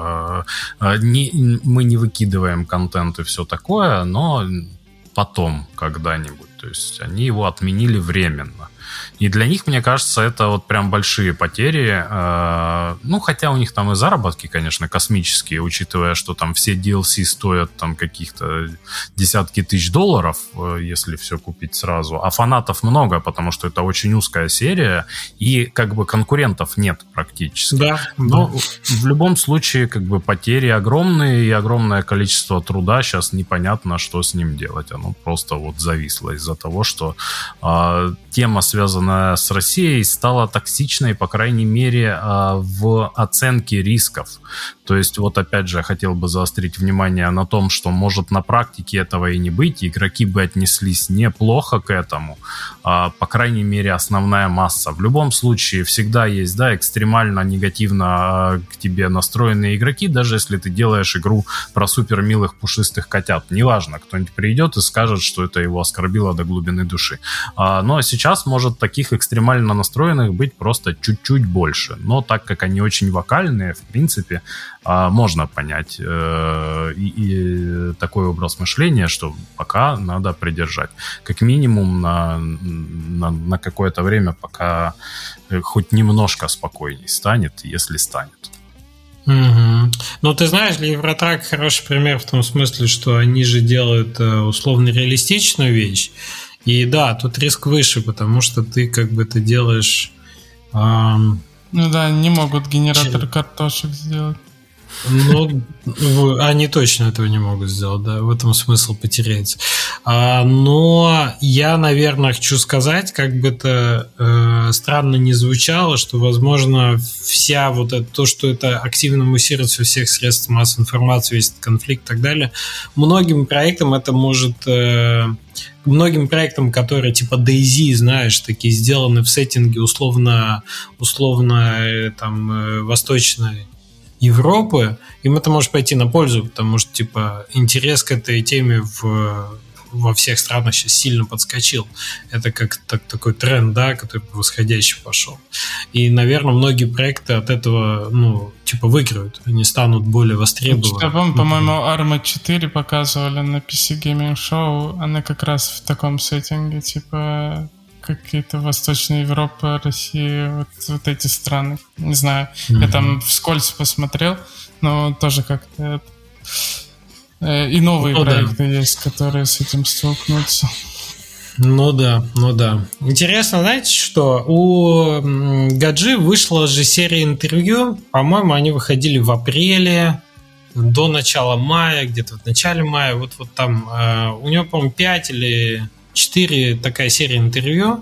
не выкидываем контент и все такое, но потом когда-нибудь. То есть они его отменили временно. И для них, мне кажется, это вот прям большие потери. Ну, хотя у них там и заработки, конечно, космические, учитывая, что там все DLC стоят там каких-то десятки тысяч долларов, если все купить сразу. А фанатов много, потому что это очень узкая серия, и как бы конкурентов нет практически. Да. Но в любом случае, как бы потери огромные, и огромное количество труда. Сейчас непонятно, что с ним делать. Оно просто вот зависло из-за того, что тема, связанная с Россией, стала токсичной, по крайней мере, в оценке рисков. То есть, вот опять же, я хотел бы заострить внимание на том, что может на практике этого и не быть, игроки бы отнеслись неплохо к этому, по крайней мере, основная масса. В любом случае, всегда есть, да, экстремально негативно к тебе настроенные игроки, даже если ты делаешь игру про супер милых пушистых котят. Неважно, кто-нибудь придет и скажет, что это его оскорбило до глубины души. Но сейчас может таких экстремально настроенных быть просто чуть-чуть больше. Но так как они очень вокальные, в принципе, можно понять и такой образ мышления, что пока надо придержать. Как минимум на какое-то время, пока хоть немножко спокойней станет, если станет. Угу. Ну, ты знаешь, для Евротрак хороший пример в том смысле, что они же делают условно реалистичную вещь. И да, тут риск выше, потому что ты как бы это делаешь... Ну да, не могут генератор картошек сделать. Ну, они точно этого не могут сделать, да, в этом смысл потеряется. Но я, наверное, хочу сказать, как бы это странно не звучало, что, возможно, вся вот это, то, что это активно муссируется во всех средствах массовой информации, весь этот конфликт и так далее, многим проектам это может... Многим проектам, которые типа DayZ, знаешь, такие сделаны в сеттинге условно там восточной Европы, им это может пойти на пользу, потому что типа интерес к этой теме во всех странах сейчас сильно подскочил. Это как такой тренд, да, который восходящий пошел. И, наверное, многие проекты от этого, ну, типа выиграют, они станут более востребованы. По-моему, Arma 4 показывали на PC Gaming Show, она как раз в таком сеттинге, типа какие-то Восточная Европа, Россия, вот эти страны. Не знаю, я там вскользь посмотрел, но тоже как-то... И новые проекты есть, которые с этим столкнутся. Ну да. Интересно, знаете что? У Гаджи вышла же серия интервью. По-моему, они выходили в апреле, до начала мая, где-то в начале мая. Вот там у него, по-моему, 5 или 4 такая серия интервью.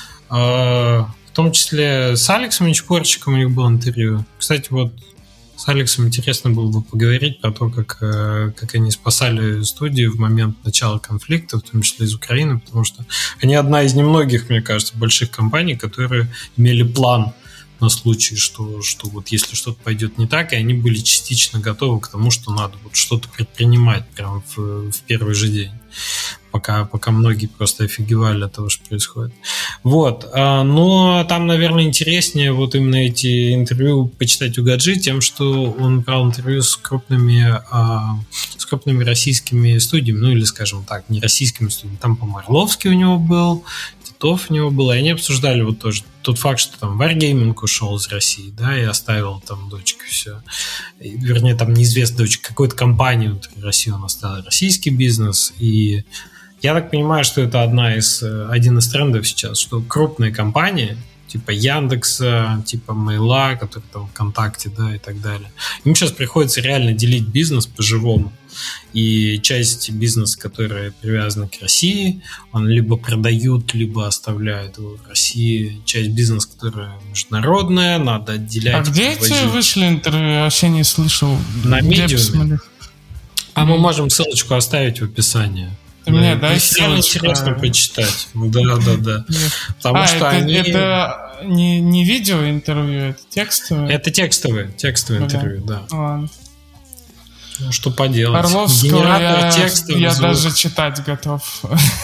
В том числе с Алексом Нечпорчиком у них было интервью. Кстати, вот с Алексом интересно было бы поговорить про то, как они спасали студию в момент начала конфликта, в том числе из Украины, потому что они одна из немногих, мне кажется, больших компаний, которые имели план на случай, что вот если что-то пойдет не так, и они были частично готовы к тому, что надо вот что-то предпринимать прямо в первый же день. Пока многие просто офигевали от того, что происходит. Вот. Но там, наверное, интереснее вот именно эти интервью почитать у Гаджи тем, что он брал интервью с крупными российскими студиями, ну или, скажем так, не российскими студиями. Там, по-моему, Орловский у него был, Титов у него был, и они обсуждали вот тоже тот факт, что там Wargaming ушел из России, да, и оставил там дочку все. Вернее, там неизвестно дочку, какую-то компанию внутри России он оставил, российский бизнес, и я так понимаю, что это один из трендов сейчас, что крупные компании, типа Яндекса, типа Мейла, которые там ВКонтакте, да, и так далее, им сейчас приходится реально делить бизнес по-живому. И часть бизнеса, которая привязана к России, он либо продают, либо оставляют его в России. Часть бизнеса, которая международная, надо отделять. А где эти вышли интервью? Я вообще не слышал. На Medium. А мы можем ссылочку оставить в описании. Ты мне дай ссылочку. Интересно почитать. Да. Потому что это не видео интервью, это текстовое? Это текстовое интервью, да. Ладно. Ну, что поделать. Орловского я даже читать готов.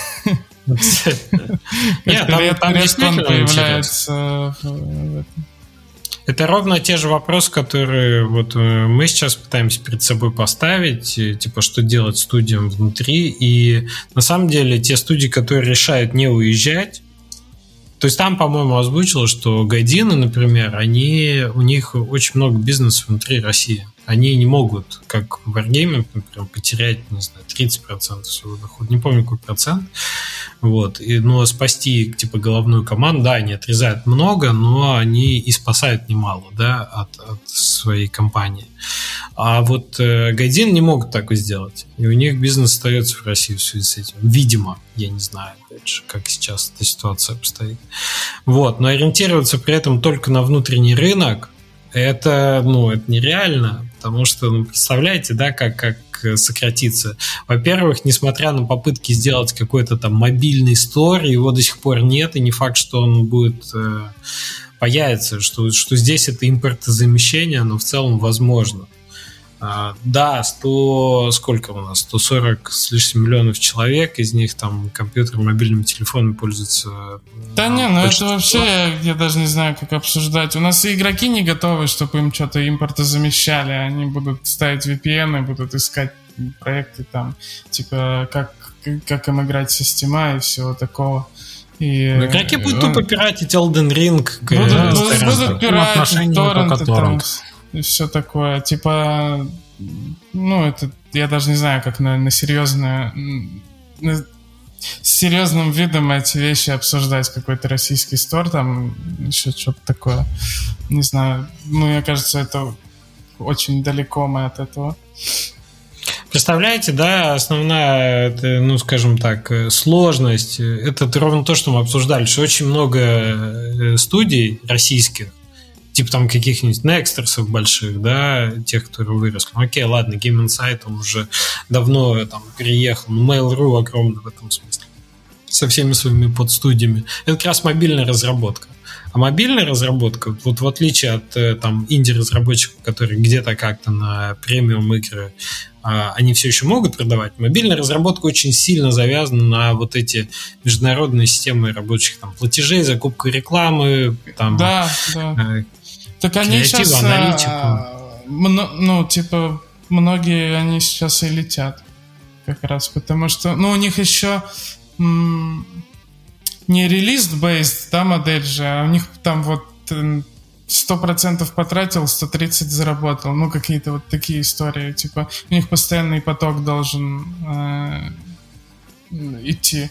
Нет, там он появляется в этом. Это ровно те же вопросы, которые вот мы сейчас пытаемся перед собой поставить, типа, что делать студиям внутри. И на самом деле те студии, которые решают не уезжать, То есть там, по-моему, озвучило, что гайдины, например, у них очень много бизнеса внутри России. Они не могут, как в Wargaming, например, потерять, не знаю, 30% своего дохода. Не помню, какой процент. Вот. Но спасти, типа, головную команду, да, они отрезают много, но они и спасают немало, да, от своей компании. А вот гайдины не могут так сделать. И у них бизнес остается в России в связи с этим. Видимо, я не знаю, опять же, как сейчас эта ситуация обстоит. Вот. Но ориентироваться при этом только на внутренний рынок, это нереально, потому что, представляете, да, как сократиться. Во-первых, несмотря на попытки сделать какой-то там мобильный стор, его до сих пор нет, и не факт, что он будет появиться, что здесь это импортозамещение, но в целом возможно. Да, сколько у нас? 140 с лишним миллионов человек, из них там компьютеры, мобильными телефонами пользуются. Да не, это вообще, я даже не знаю, как обсуждать. У нас и игроки не готовы, чтобы им что-то импортозамещали. Они будут ставить VPN и будут искать проекты там, типа, как им играть в система и всего такого. Игроки будут тупо пиратить Elden Ring. Будут пиратить торренты там. И все такое, типа, это я даже не знаю, как на серьезное, с серьезным видом эти вещи обсуждать, какой-то российский стор, там еще что-то такое, не знаю, мне кажется, это очень далеко мы от этого. Представляете, да, основная, скажем так, сложность, это ровно то, что мы обсуждали, что очень много студий российских, типа там каких-нибудь Nexters больших, да, тех, которые выросли. Окей, ладно, Game Insight, он уже давно там переехал, Mail.ru огромный в этом смысле, со всеми своими подстудиями. Это как раз мобильная разработка. А мобильная разработка, вот в отличие от там инди-разработчиков, которые где-то как-то на премиум игры они все еще могут продавать, мобильная разработка очень сильно завязана на вот эти международные системы рабочих там платежей, закупку рекламы, там, да. Так они сейчас, многие они сейчас и летят как раз, потому что, у них еще не релиз-based, да, модель же, а у них там вот 100% потратил, 130 заработал, какие-то вот такие истории, типа, у них постоянный поток должен идти.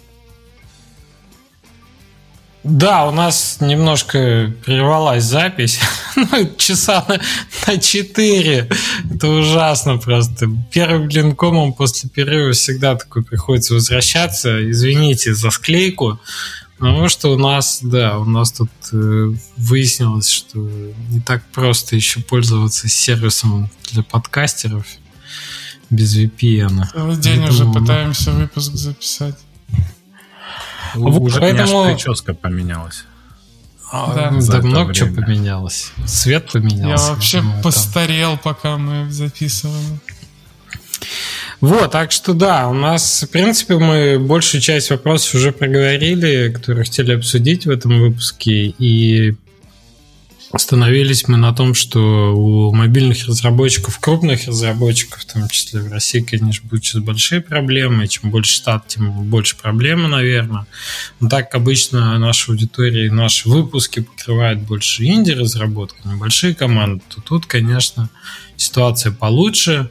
Да, у нас немножко прервалась запись. Часа на 4. Это ужасно просто. Первым блинкомом после перерыва всегда такой приходится возвращаться. Извините за склейку. Потому что у нас тут выяснилось, что не так просто еще пользоваться сервисом для подкастеров без VPN. Целый день уже пытаемся выпуск записать. Уже поэтому... прическа поменялась. Да, много чего поменялось. Цвет поменялся. Я вообще постарел, пока мы записывали. Вот, так что да, у нас, в принципе, мы большую часть вопросов уже проговорили, которые хотели обсудить в этом выпуске, и остановились мы на том, что у мобильных разработчиков, крупных разработчиков, в том числе в России, конечно, будут сейчас большие проблемы, и чем больше штат, тем больше проблемы, наверное. Но так как обычно наша аудитория, наши выпуски покрывают больше инди-разработку, небольшие команды, то тут, конечно, ситуация получше.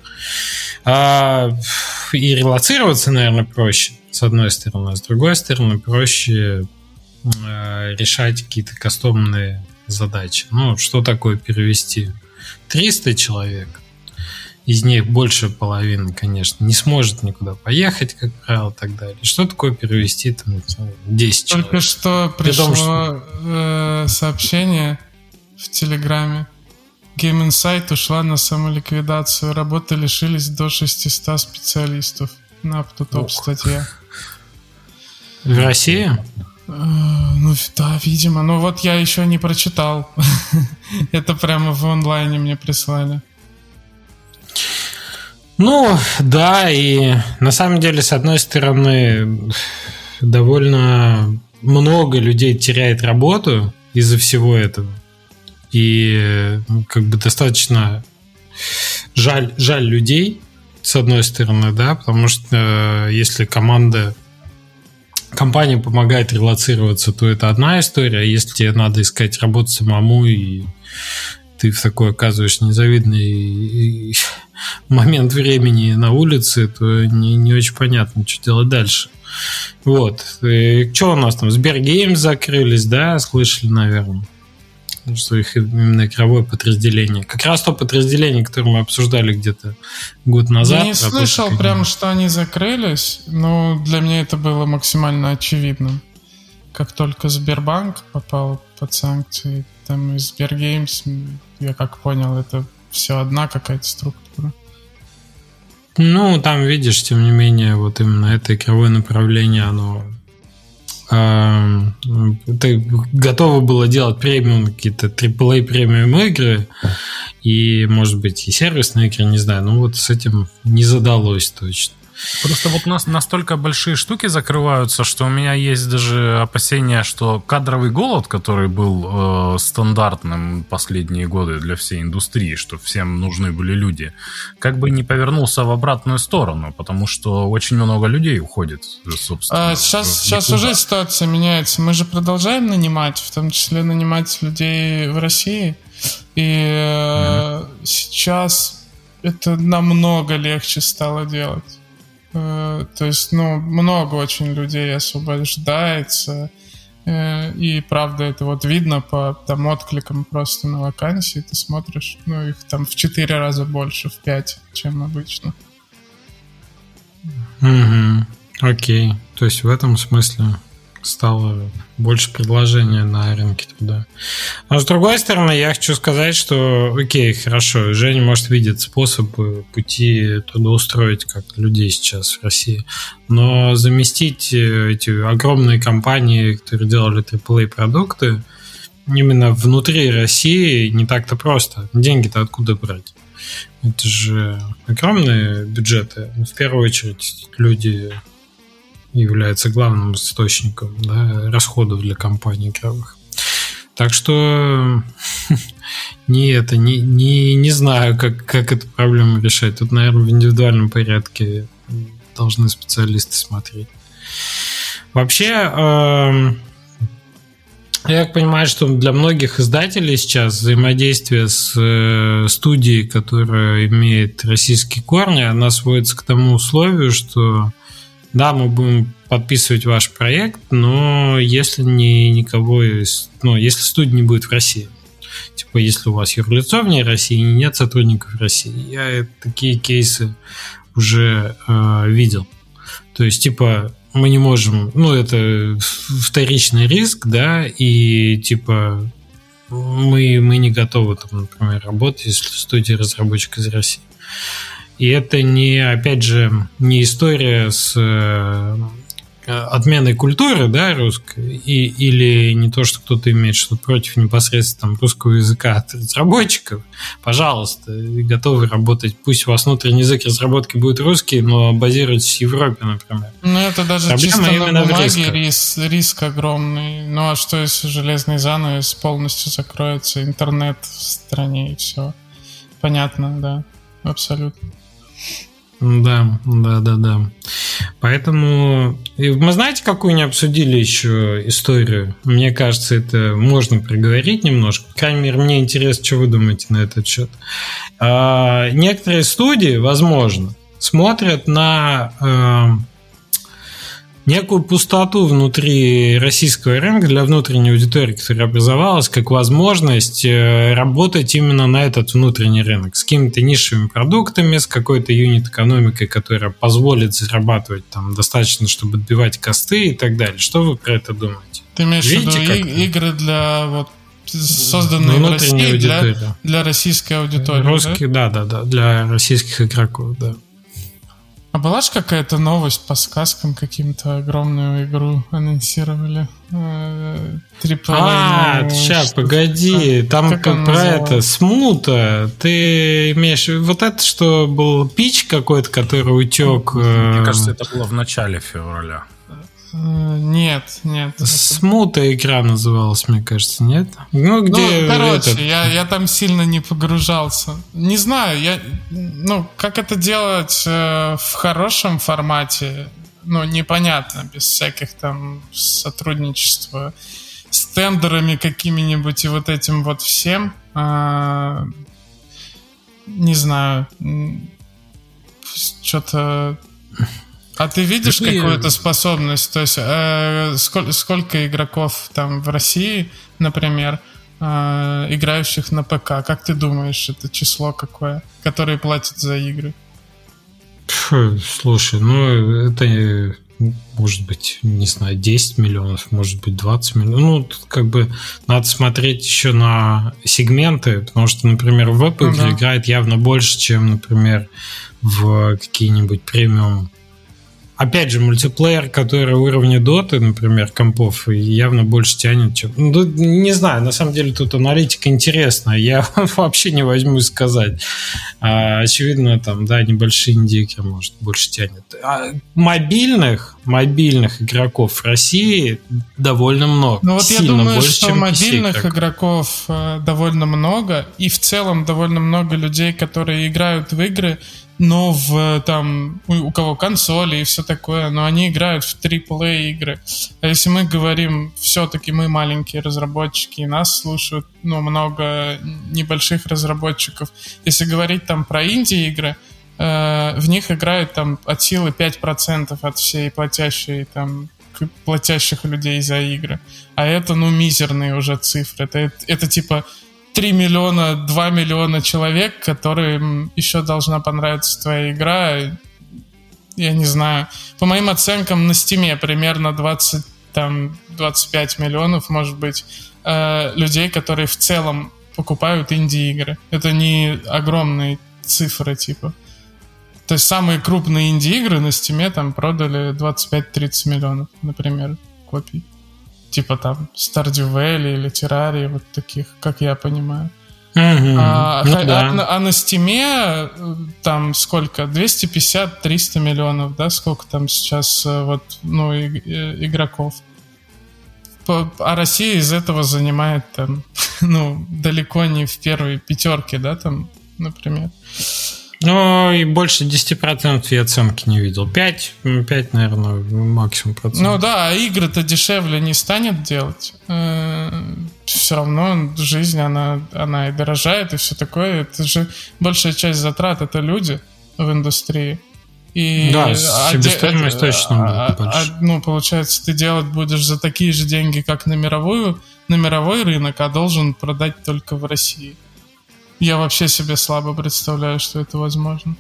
И релоцироваться, наверное, проще, с одной стороны. А с другой стороны, проще решать какие-то кастомные задачи. Что такое перевести? 300 человек. Из них больше половины, конечно, не сможет никуда поехать, как правило, и так далее. Что такое перевести там 10 человек? Только что пришло сообщение в Телеграме. Game Insight ушла на самоликвидацию. Работы лишились до 600 специалистов. На топ статья. В России? Да, видимо. Вот я еще не прочитал. Это прямо в онлайне мне прислали. Да, и на самом деле, с одной стороны, довольно много людей теряет работу из-за всего этого. И достаточно жаль людей, с одной стороны, да, потому что если команда компания помогает релоцироваться, то это одна история. А если тебе надо искать работу самому, и ты в такой оказываешь незавидный момент времени на улице, то не очень понятно, что делать дальше. Вот. И что у нас там? Сбергеймс закрылись, да? Слышали, наверное. Что их именно игровое подразделение. Как раз то подразделение, которое мы обсуждали где-то год назад. Я не слышал прям, что они закрылись, но для меня это было максимально очевидно. Как только Сбербанк попал под санкции, там и Сбергеймс, я как понял, это все одна какая-то структура. Ну, там, видишь, тем не менее, вот именно это игровое направление, оно ты готово было делать премиум, какие-то AAA премиум игры и, может быть, и сервисные игры, не знаю, но вот с этим не задалось точно. Просто вот у нас настолько большие штуки закрываются, что у меня есть даже опасения, что кадровый голод, который был стандартным последние годы для всей индустрии, что всем нужны были люди, как бы не повернулся в обратную сторону, потому что очень много людей уходит, собственно. Сейчас уже ситуация меняется. Мы же продолжаем нанимать, в том числе нанимать людей в России. И сейчас это намного легче стало делать. То есть, много очень людей освобождается, и правда это вот видно по там откликам просто на вакансии, ты смотришь, их там в 4 раза больше, в 5, чем обычно. Окей, то есть в этом смысле стало больше предложения на рынке труда. Но с другой стороны, я хочу сказать, что окей, хорошо, Женя может видеть способы, пути трудоустроить как людей сейчас в России, но заместить эти огромные компании, которые делали AAA-продукты, именно внутри России не так-то просто. Деньги-то откуда брать? Это же огромные бюджеты. В первую очередь люди является главным источником, да, расходов для компаний игровых. Так что не знаю, как эту проблему решать. Тут, наверное, в индивидуальном порядке должны специалисты смотреть. Вообще, я так понимаю, что для многих издателей сейчас взаимодействие с студией, которая имеет российские корни, она сводится к тому условию, что да, мы будем подписывать ваш проект, но если если студия не будет в России. Типа, если у вас юрлицо вне России, нет сотрудников в России. Я такие кейсы уже видел. То есть, типа, мы не можем... это вторичный риск, да, и, типа, мы не готовы, там, например, работать, если студия разработчик из России. И это опять же, не история с отменой культуры, да, русской, или не то, что кто-то имеет что-то против непосредственно там, русского языка от разработчиков. Пожалуйста, готовы работать. Пусть у вас внутренний язык разработки будет русский, но базируйтесь в Европе, например. Это даже проблема чисто на бумаге риск огромный. А что, если железный занавес полностью закроется, интернет в стране и все? Понятно, да, абсолютно. Да. Поэтому мы, знаете, какую не обсудили еще историю? Мне кажется, это можно проговорить немножко. По крайней мере, мне интересно, что вы думаете на этот счет. Некоторые студии, возможно, смотрят на некую пустоту внутри российского рынка для внутренней аудитории, которая образовалась, как возможность работать именно на этот внутренний рынок с какими-то нишевыми продуктами, с какой-то юнит-экономикой, которая позволит зарабатывать там достаточно, чтобы отбивать косты и так далее. Что вы про это думаете? Ты имеешь в виду игры для созданные в России для российской аудитории? Русские, да, для российских игроков, да. А была же какая-то новость по сказкам, каким-то огромную игру анонсировали? Сейчас, погоди, там про это, Смута, ты имеешь вот это, что был пич какой-то, который утек? Мне кажется, это было в начале февраля. Нет. Смута игра называлась, мне кажется, нет? Я там сильно не погружался. Не знаю, как это делать в хорошем формате, непонятно, без всяких там сотрудничества с тендерами какими-нибудь и вот этим вот всем. Не знаю, что-то... А ты видишь какую-то способность? То есть сколько игроков там в России, например, играющих на ПК? Как ты думаешь, это число какое, которые платят за игры? Слушай, это может быть, не знаю, 10 миллионов, может быть, 20 миллионов. Тут как бы надо смотреть еще на сегменты, потому что, например, в веб-игры играет явно больше, чем, например, в какие-нибудь премиум. Опять же, мультиплеер, который уровня доты, например, компов, явно больше тянет, чем... не знаю, на самом деле тут аналитика интересная, я вообще не возьмусь сказать. Очевидно, там, да, небольшие индейки, может, больше тянет. Мобильных игроков в России довольно много. Ну вот я думаю, больше, что мобильных игроков довольно много, и в целом довольно много людей, которые играют в игры, но у кого консоли и все такое, но они играют в AAA игры. А если мы говорим, все-таки мы маленькие разработчики, и нас слушают много небольших разработчиков. Если говорить там про инди-игры, в них играют там от силы 5% от всей платящих людей за игры. А это, мизерные уже цифры. Это типа 3 миллиона, 2 миллиона человек, которым еще должна понравиться твоя игра. Я не знаю. По моим оценкам, на Steam примерно 25 миллионов, может быть, людей, которые в целом покупают инди-игры. Это не огромные цифры, типа. То есть самые крупные инди-игры на Steam там продали 25-30 миллионов, например, копий. Типа там Stardew Valley или Terraria, вот таких, как я понимаю. А на Steam там сколько? 250-300 миллионов, да? Сколько там сейчас игроков? А Россия из этого занимает там, далеко не в первой пятерке, да, там, например. И больше 10% я оценки не видел. 5, наверное, максимум процентов. А игры-то дешевле не станет делать. Все равно жизнь, она и дорожает, и все такое. Это же большая часть затрат, это люди в индустрии. И себестоимость точно будет больше. Получается, ты делать будешь за такие же деньги, как на мировой рынок, а должен продать только в России. Я вообще себе слабо представляю, что это возможно.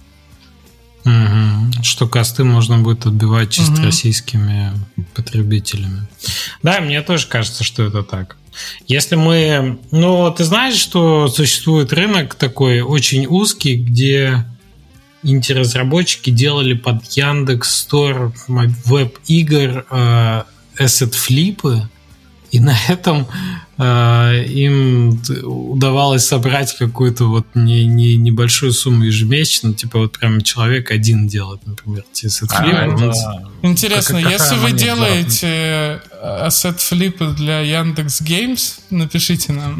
Что косты можно будет отбивать чисто российскими потребителями. Да, мне тоже кажется, что это так. Если мы... ты знаешь, что существует рынок такой очень узкий, где инди-разработчики делали под Яндекс.Стор веб-игр asset-флипы, и на этом им удавалось собрать какую-то небольшую сумму ежемесячно, типа вот прям человек один делает, например, asset-флипы. Интересно, если вы делаете asset-флипы для Яндекс.Геймс, напишите нам.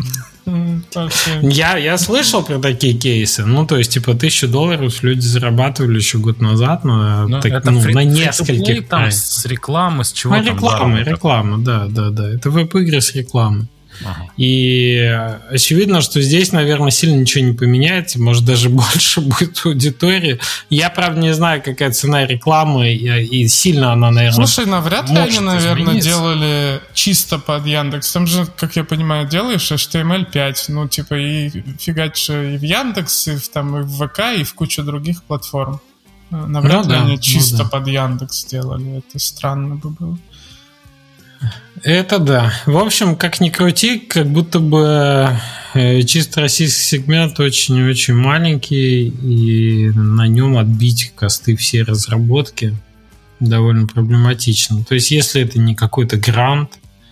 Я слышал про такие кейсы. То есть, типа, $1000 люди зарабатывали еще год назад на нескольких. Там с рекламы, с чего там? Реклама, да. Это веб-игры с рекламой. И очевидно, что здесь, наверное, сильно ничего не поменяется. Может, даже больше будет аудитории. Я, правда, не знаю, какая цена рекламы, и сильно она, наверное... Слушай, навряд ли они, наверное, делали чисто под Яндекс. Там же, как я понимаю, делаешь HTML5. И фигачишь и в Яндекс, и в ВК, и в кучу других платформ. Навряд ли они чисто под Яндекс сделали. Это странно бы было. Это да. В общем, как ни крути, как будто бы чисто российский сегмент очень-очень маленький, и на нем отбить косты все разработки довольно проблематично. То есть, если это не какой-то грант,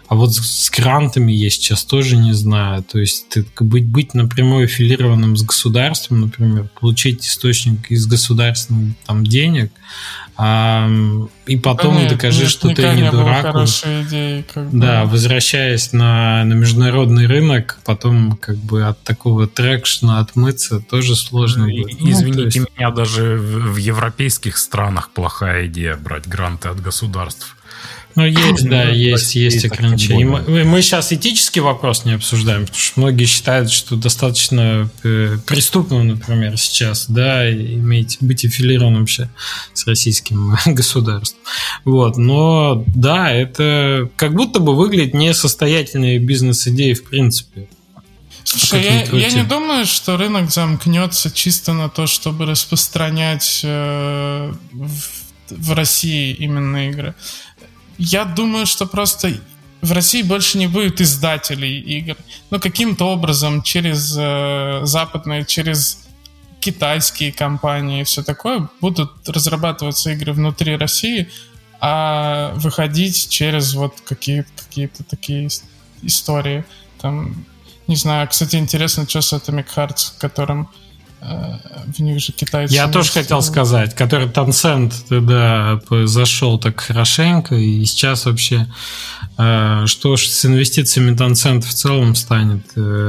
А вот с грантами я сейчас тоже не знаю. То есть быть напрямую аффилированным с государством, например, получить источник из государственных там денег, и потом докажи, что ты не дурак. Хорошая идея, да, возвращаясь на международный рынок, потом как бы от такого трекшена отмыться тоже сложно будет. Извините меня, даже в европейских странах плохая идея брать гранты от государств. Ну, есть ограничения. Мы сейчас этический вопрос не обсуждаем, потому что многие считают, что достаточно преступным, например, сейчас, да, быть аффилированным вообще с российским государством. Вот. Но, да, это как будто бы выглядит несостоятельной бизнес-идеей в принципе. Слушай, я не думаю, что рынок замкнется чисто на то, чтобы распространять в России именно игры. Я думаю, что просто в России больше не будет издателей игр. Но каким-то образом через западные, через китайские компании и все такое будут разрабатываться игры внутри России, а выходить через вот какие-то такие истории. Там, не знаю, кстати, интересно, что с Atomic Hearts, которым в них же китайцы... Я тоже хотел сказать, который Tencent тогда зашел так хорошенько, и сейчас вообще что ж с инвестициями Tencent в целом станет?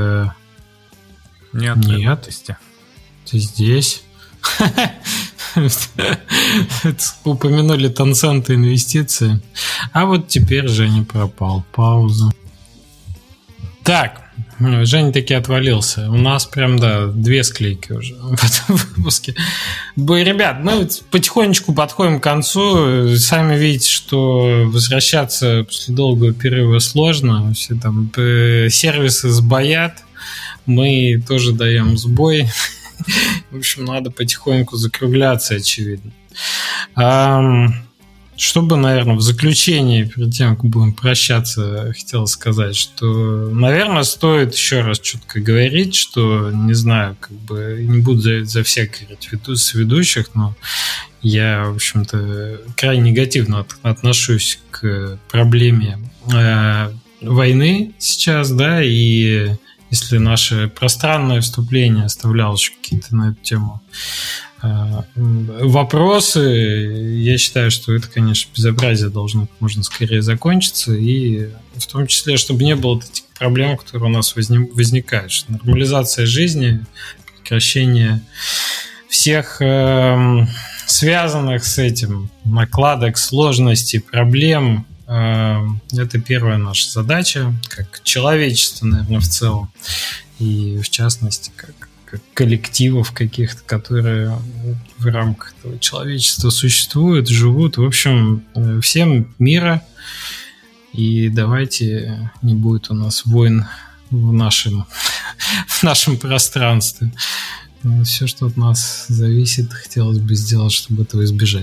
Нет. Ты здесь. Упомянули Tencent и инвестиции. А вот теперь Женя пропал. Пауза. Так, Женя таки отвалился. У нас прям, 2 склейки уже в этом выпуске. Ребят, мы потихонечку подходим к концу. Сами видите, что возвращаться после долгого перерыва сложно. Все там сервисы сбоят. Мы тоже даем сбой. В общем, надо потихоньку закругляться, очевидно. Чтобы, наверное, в заключении, перед тем, как будем прощаться, хотел сказать, что, наверное, стоит еще раз четко говорить, что, не знаю, как бы не буду за всех говорить с ведущих, но я, в общем-то, крайне негативно отношусь к проблеме войны сейчас, да, и если наше пространное вступление оставляло еще какие-то на эту тему вопросы, я считаю, что это, конечно, безобразие должно как можно скорее закончиться, и в том числе, чтобы не было этих проблем, которые у нас возникают. Нормализация жизни, прекращение всех связанных с этим накладок, сложностей, проблем. Это первая наша задача, как человечество, наверное, в целом, и в частности, как коллективов каких-то, которые в рамках этого человечества существуют, живут. В общем, всем мира. И давайте не будет у нас войн в нашем пространстве. Все, что от нас зависит, хотелось бы сделать, чтобы этого избежать.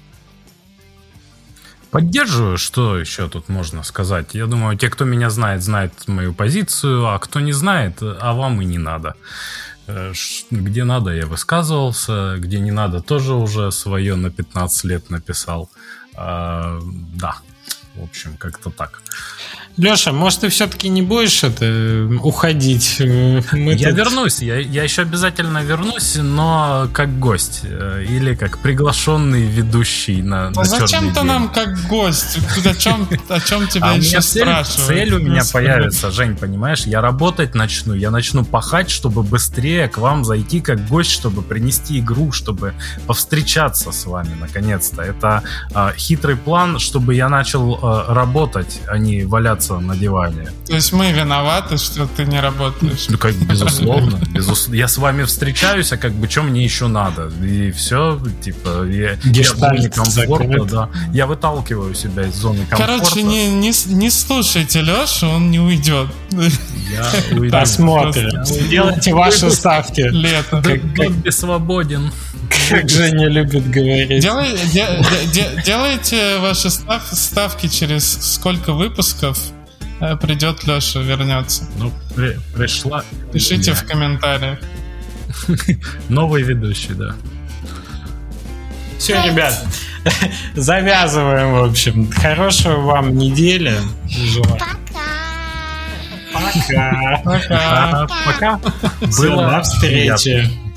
Поддерживаю, что еще тут можно сказать. Я думаю, те, кто меня знает, знают мою позицию, а кто не знает, а вам и не надо. Где надо, я высказывался, где не надо, тоже уже свое на 15 лет написал. Да, в общем, как-то так. Леша, может, ты все-таки не будешь уходить? Я вернусь, я еще обязательно вернусь, но как гость или как приглашенный ведущий на зачем ты нам как гость? О чем тебя еще спрашивают? Цель у меня появится, Жень, понимаешь? Я работать начну, я начну пахать, чтобы быстрее к вам зайти как гость, чтобы принести игру, чтобы повстречаться с вами наконец-то. Это хитрый план, чтобы я начал работать, а не валяться на диване. То есть мы виноваты, что ты не работаешь? Ну, как безусловно. Я с вами встречаюсь, а как бы что мне еще надо? И все, типа, я в зоне комфорта, да. Я выталкиваю себя из зоны комфорта. Короче, не слушайте Лешу, он не уйдет. Посмотрим. Делайте ваши ставки. Лето. Добби свободен. Как Женя любит говорить. Делайте ваши ставки, через сколько выпусков придет Леша, вернется. Ну, пришла. Пишите в комментариях. Новый ведущий, да. Все, ребят, завязываем, в общем. Хорошего вам недели. Желаю. Пока. Пока. До встречи.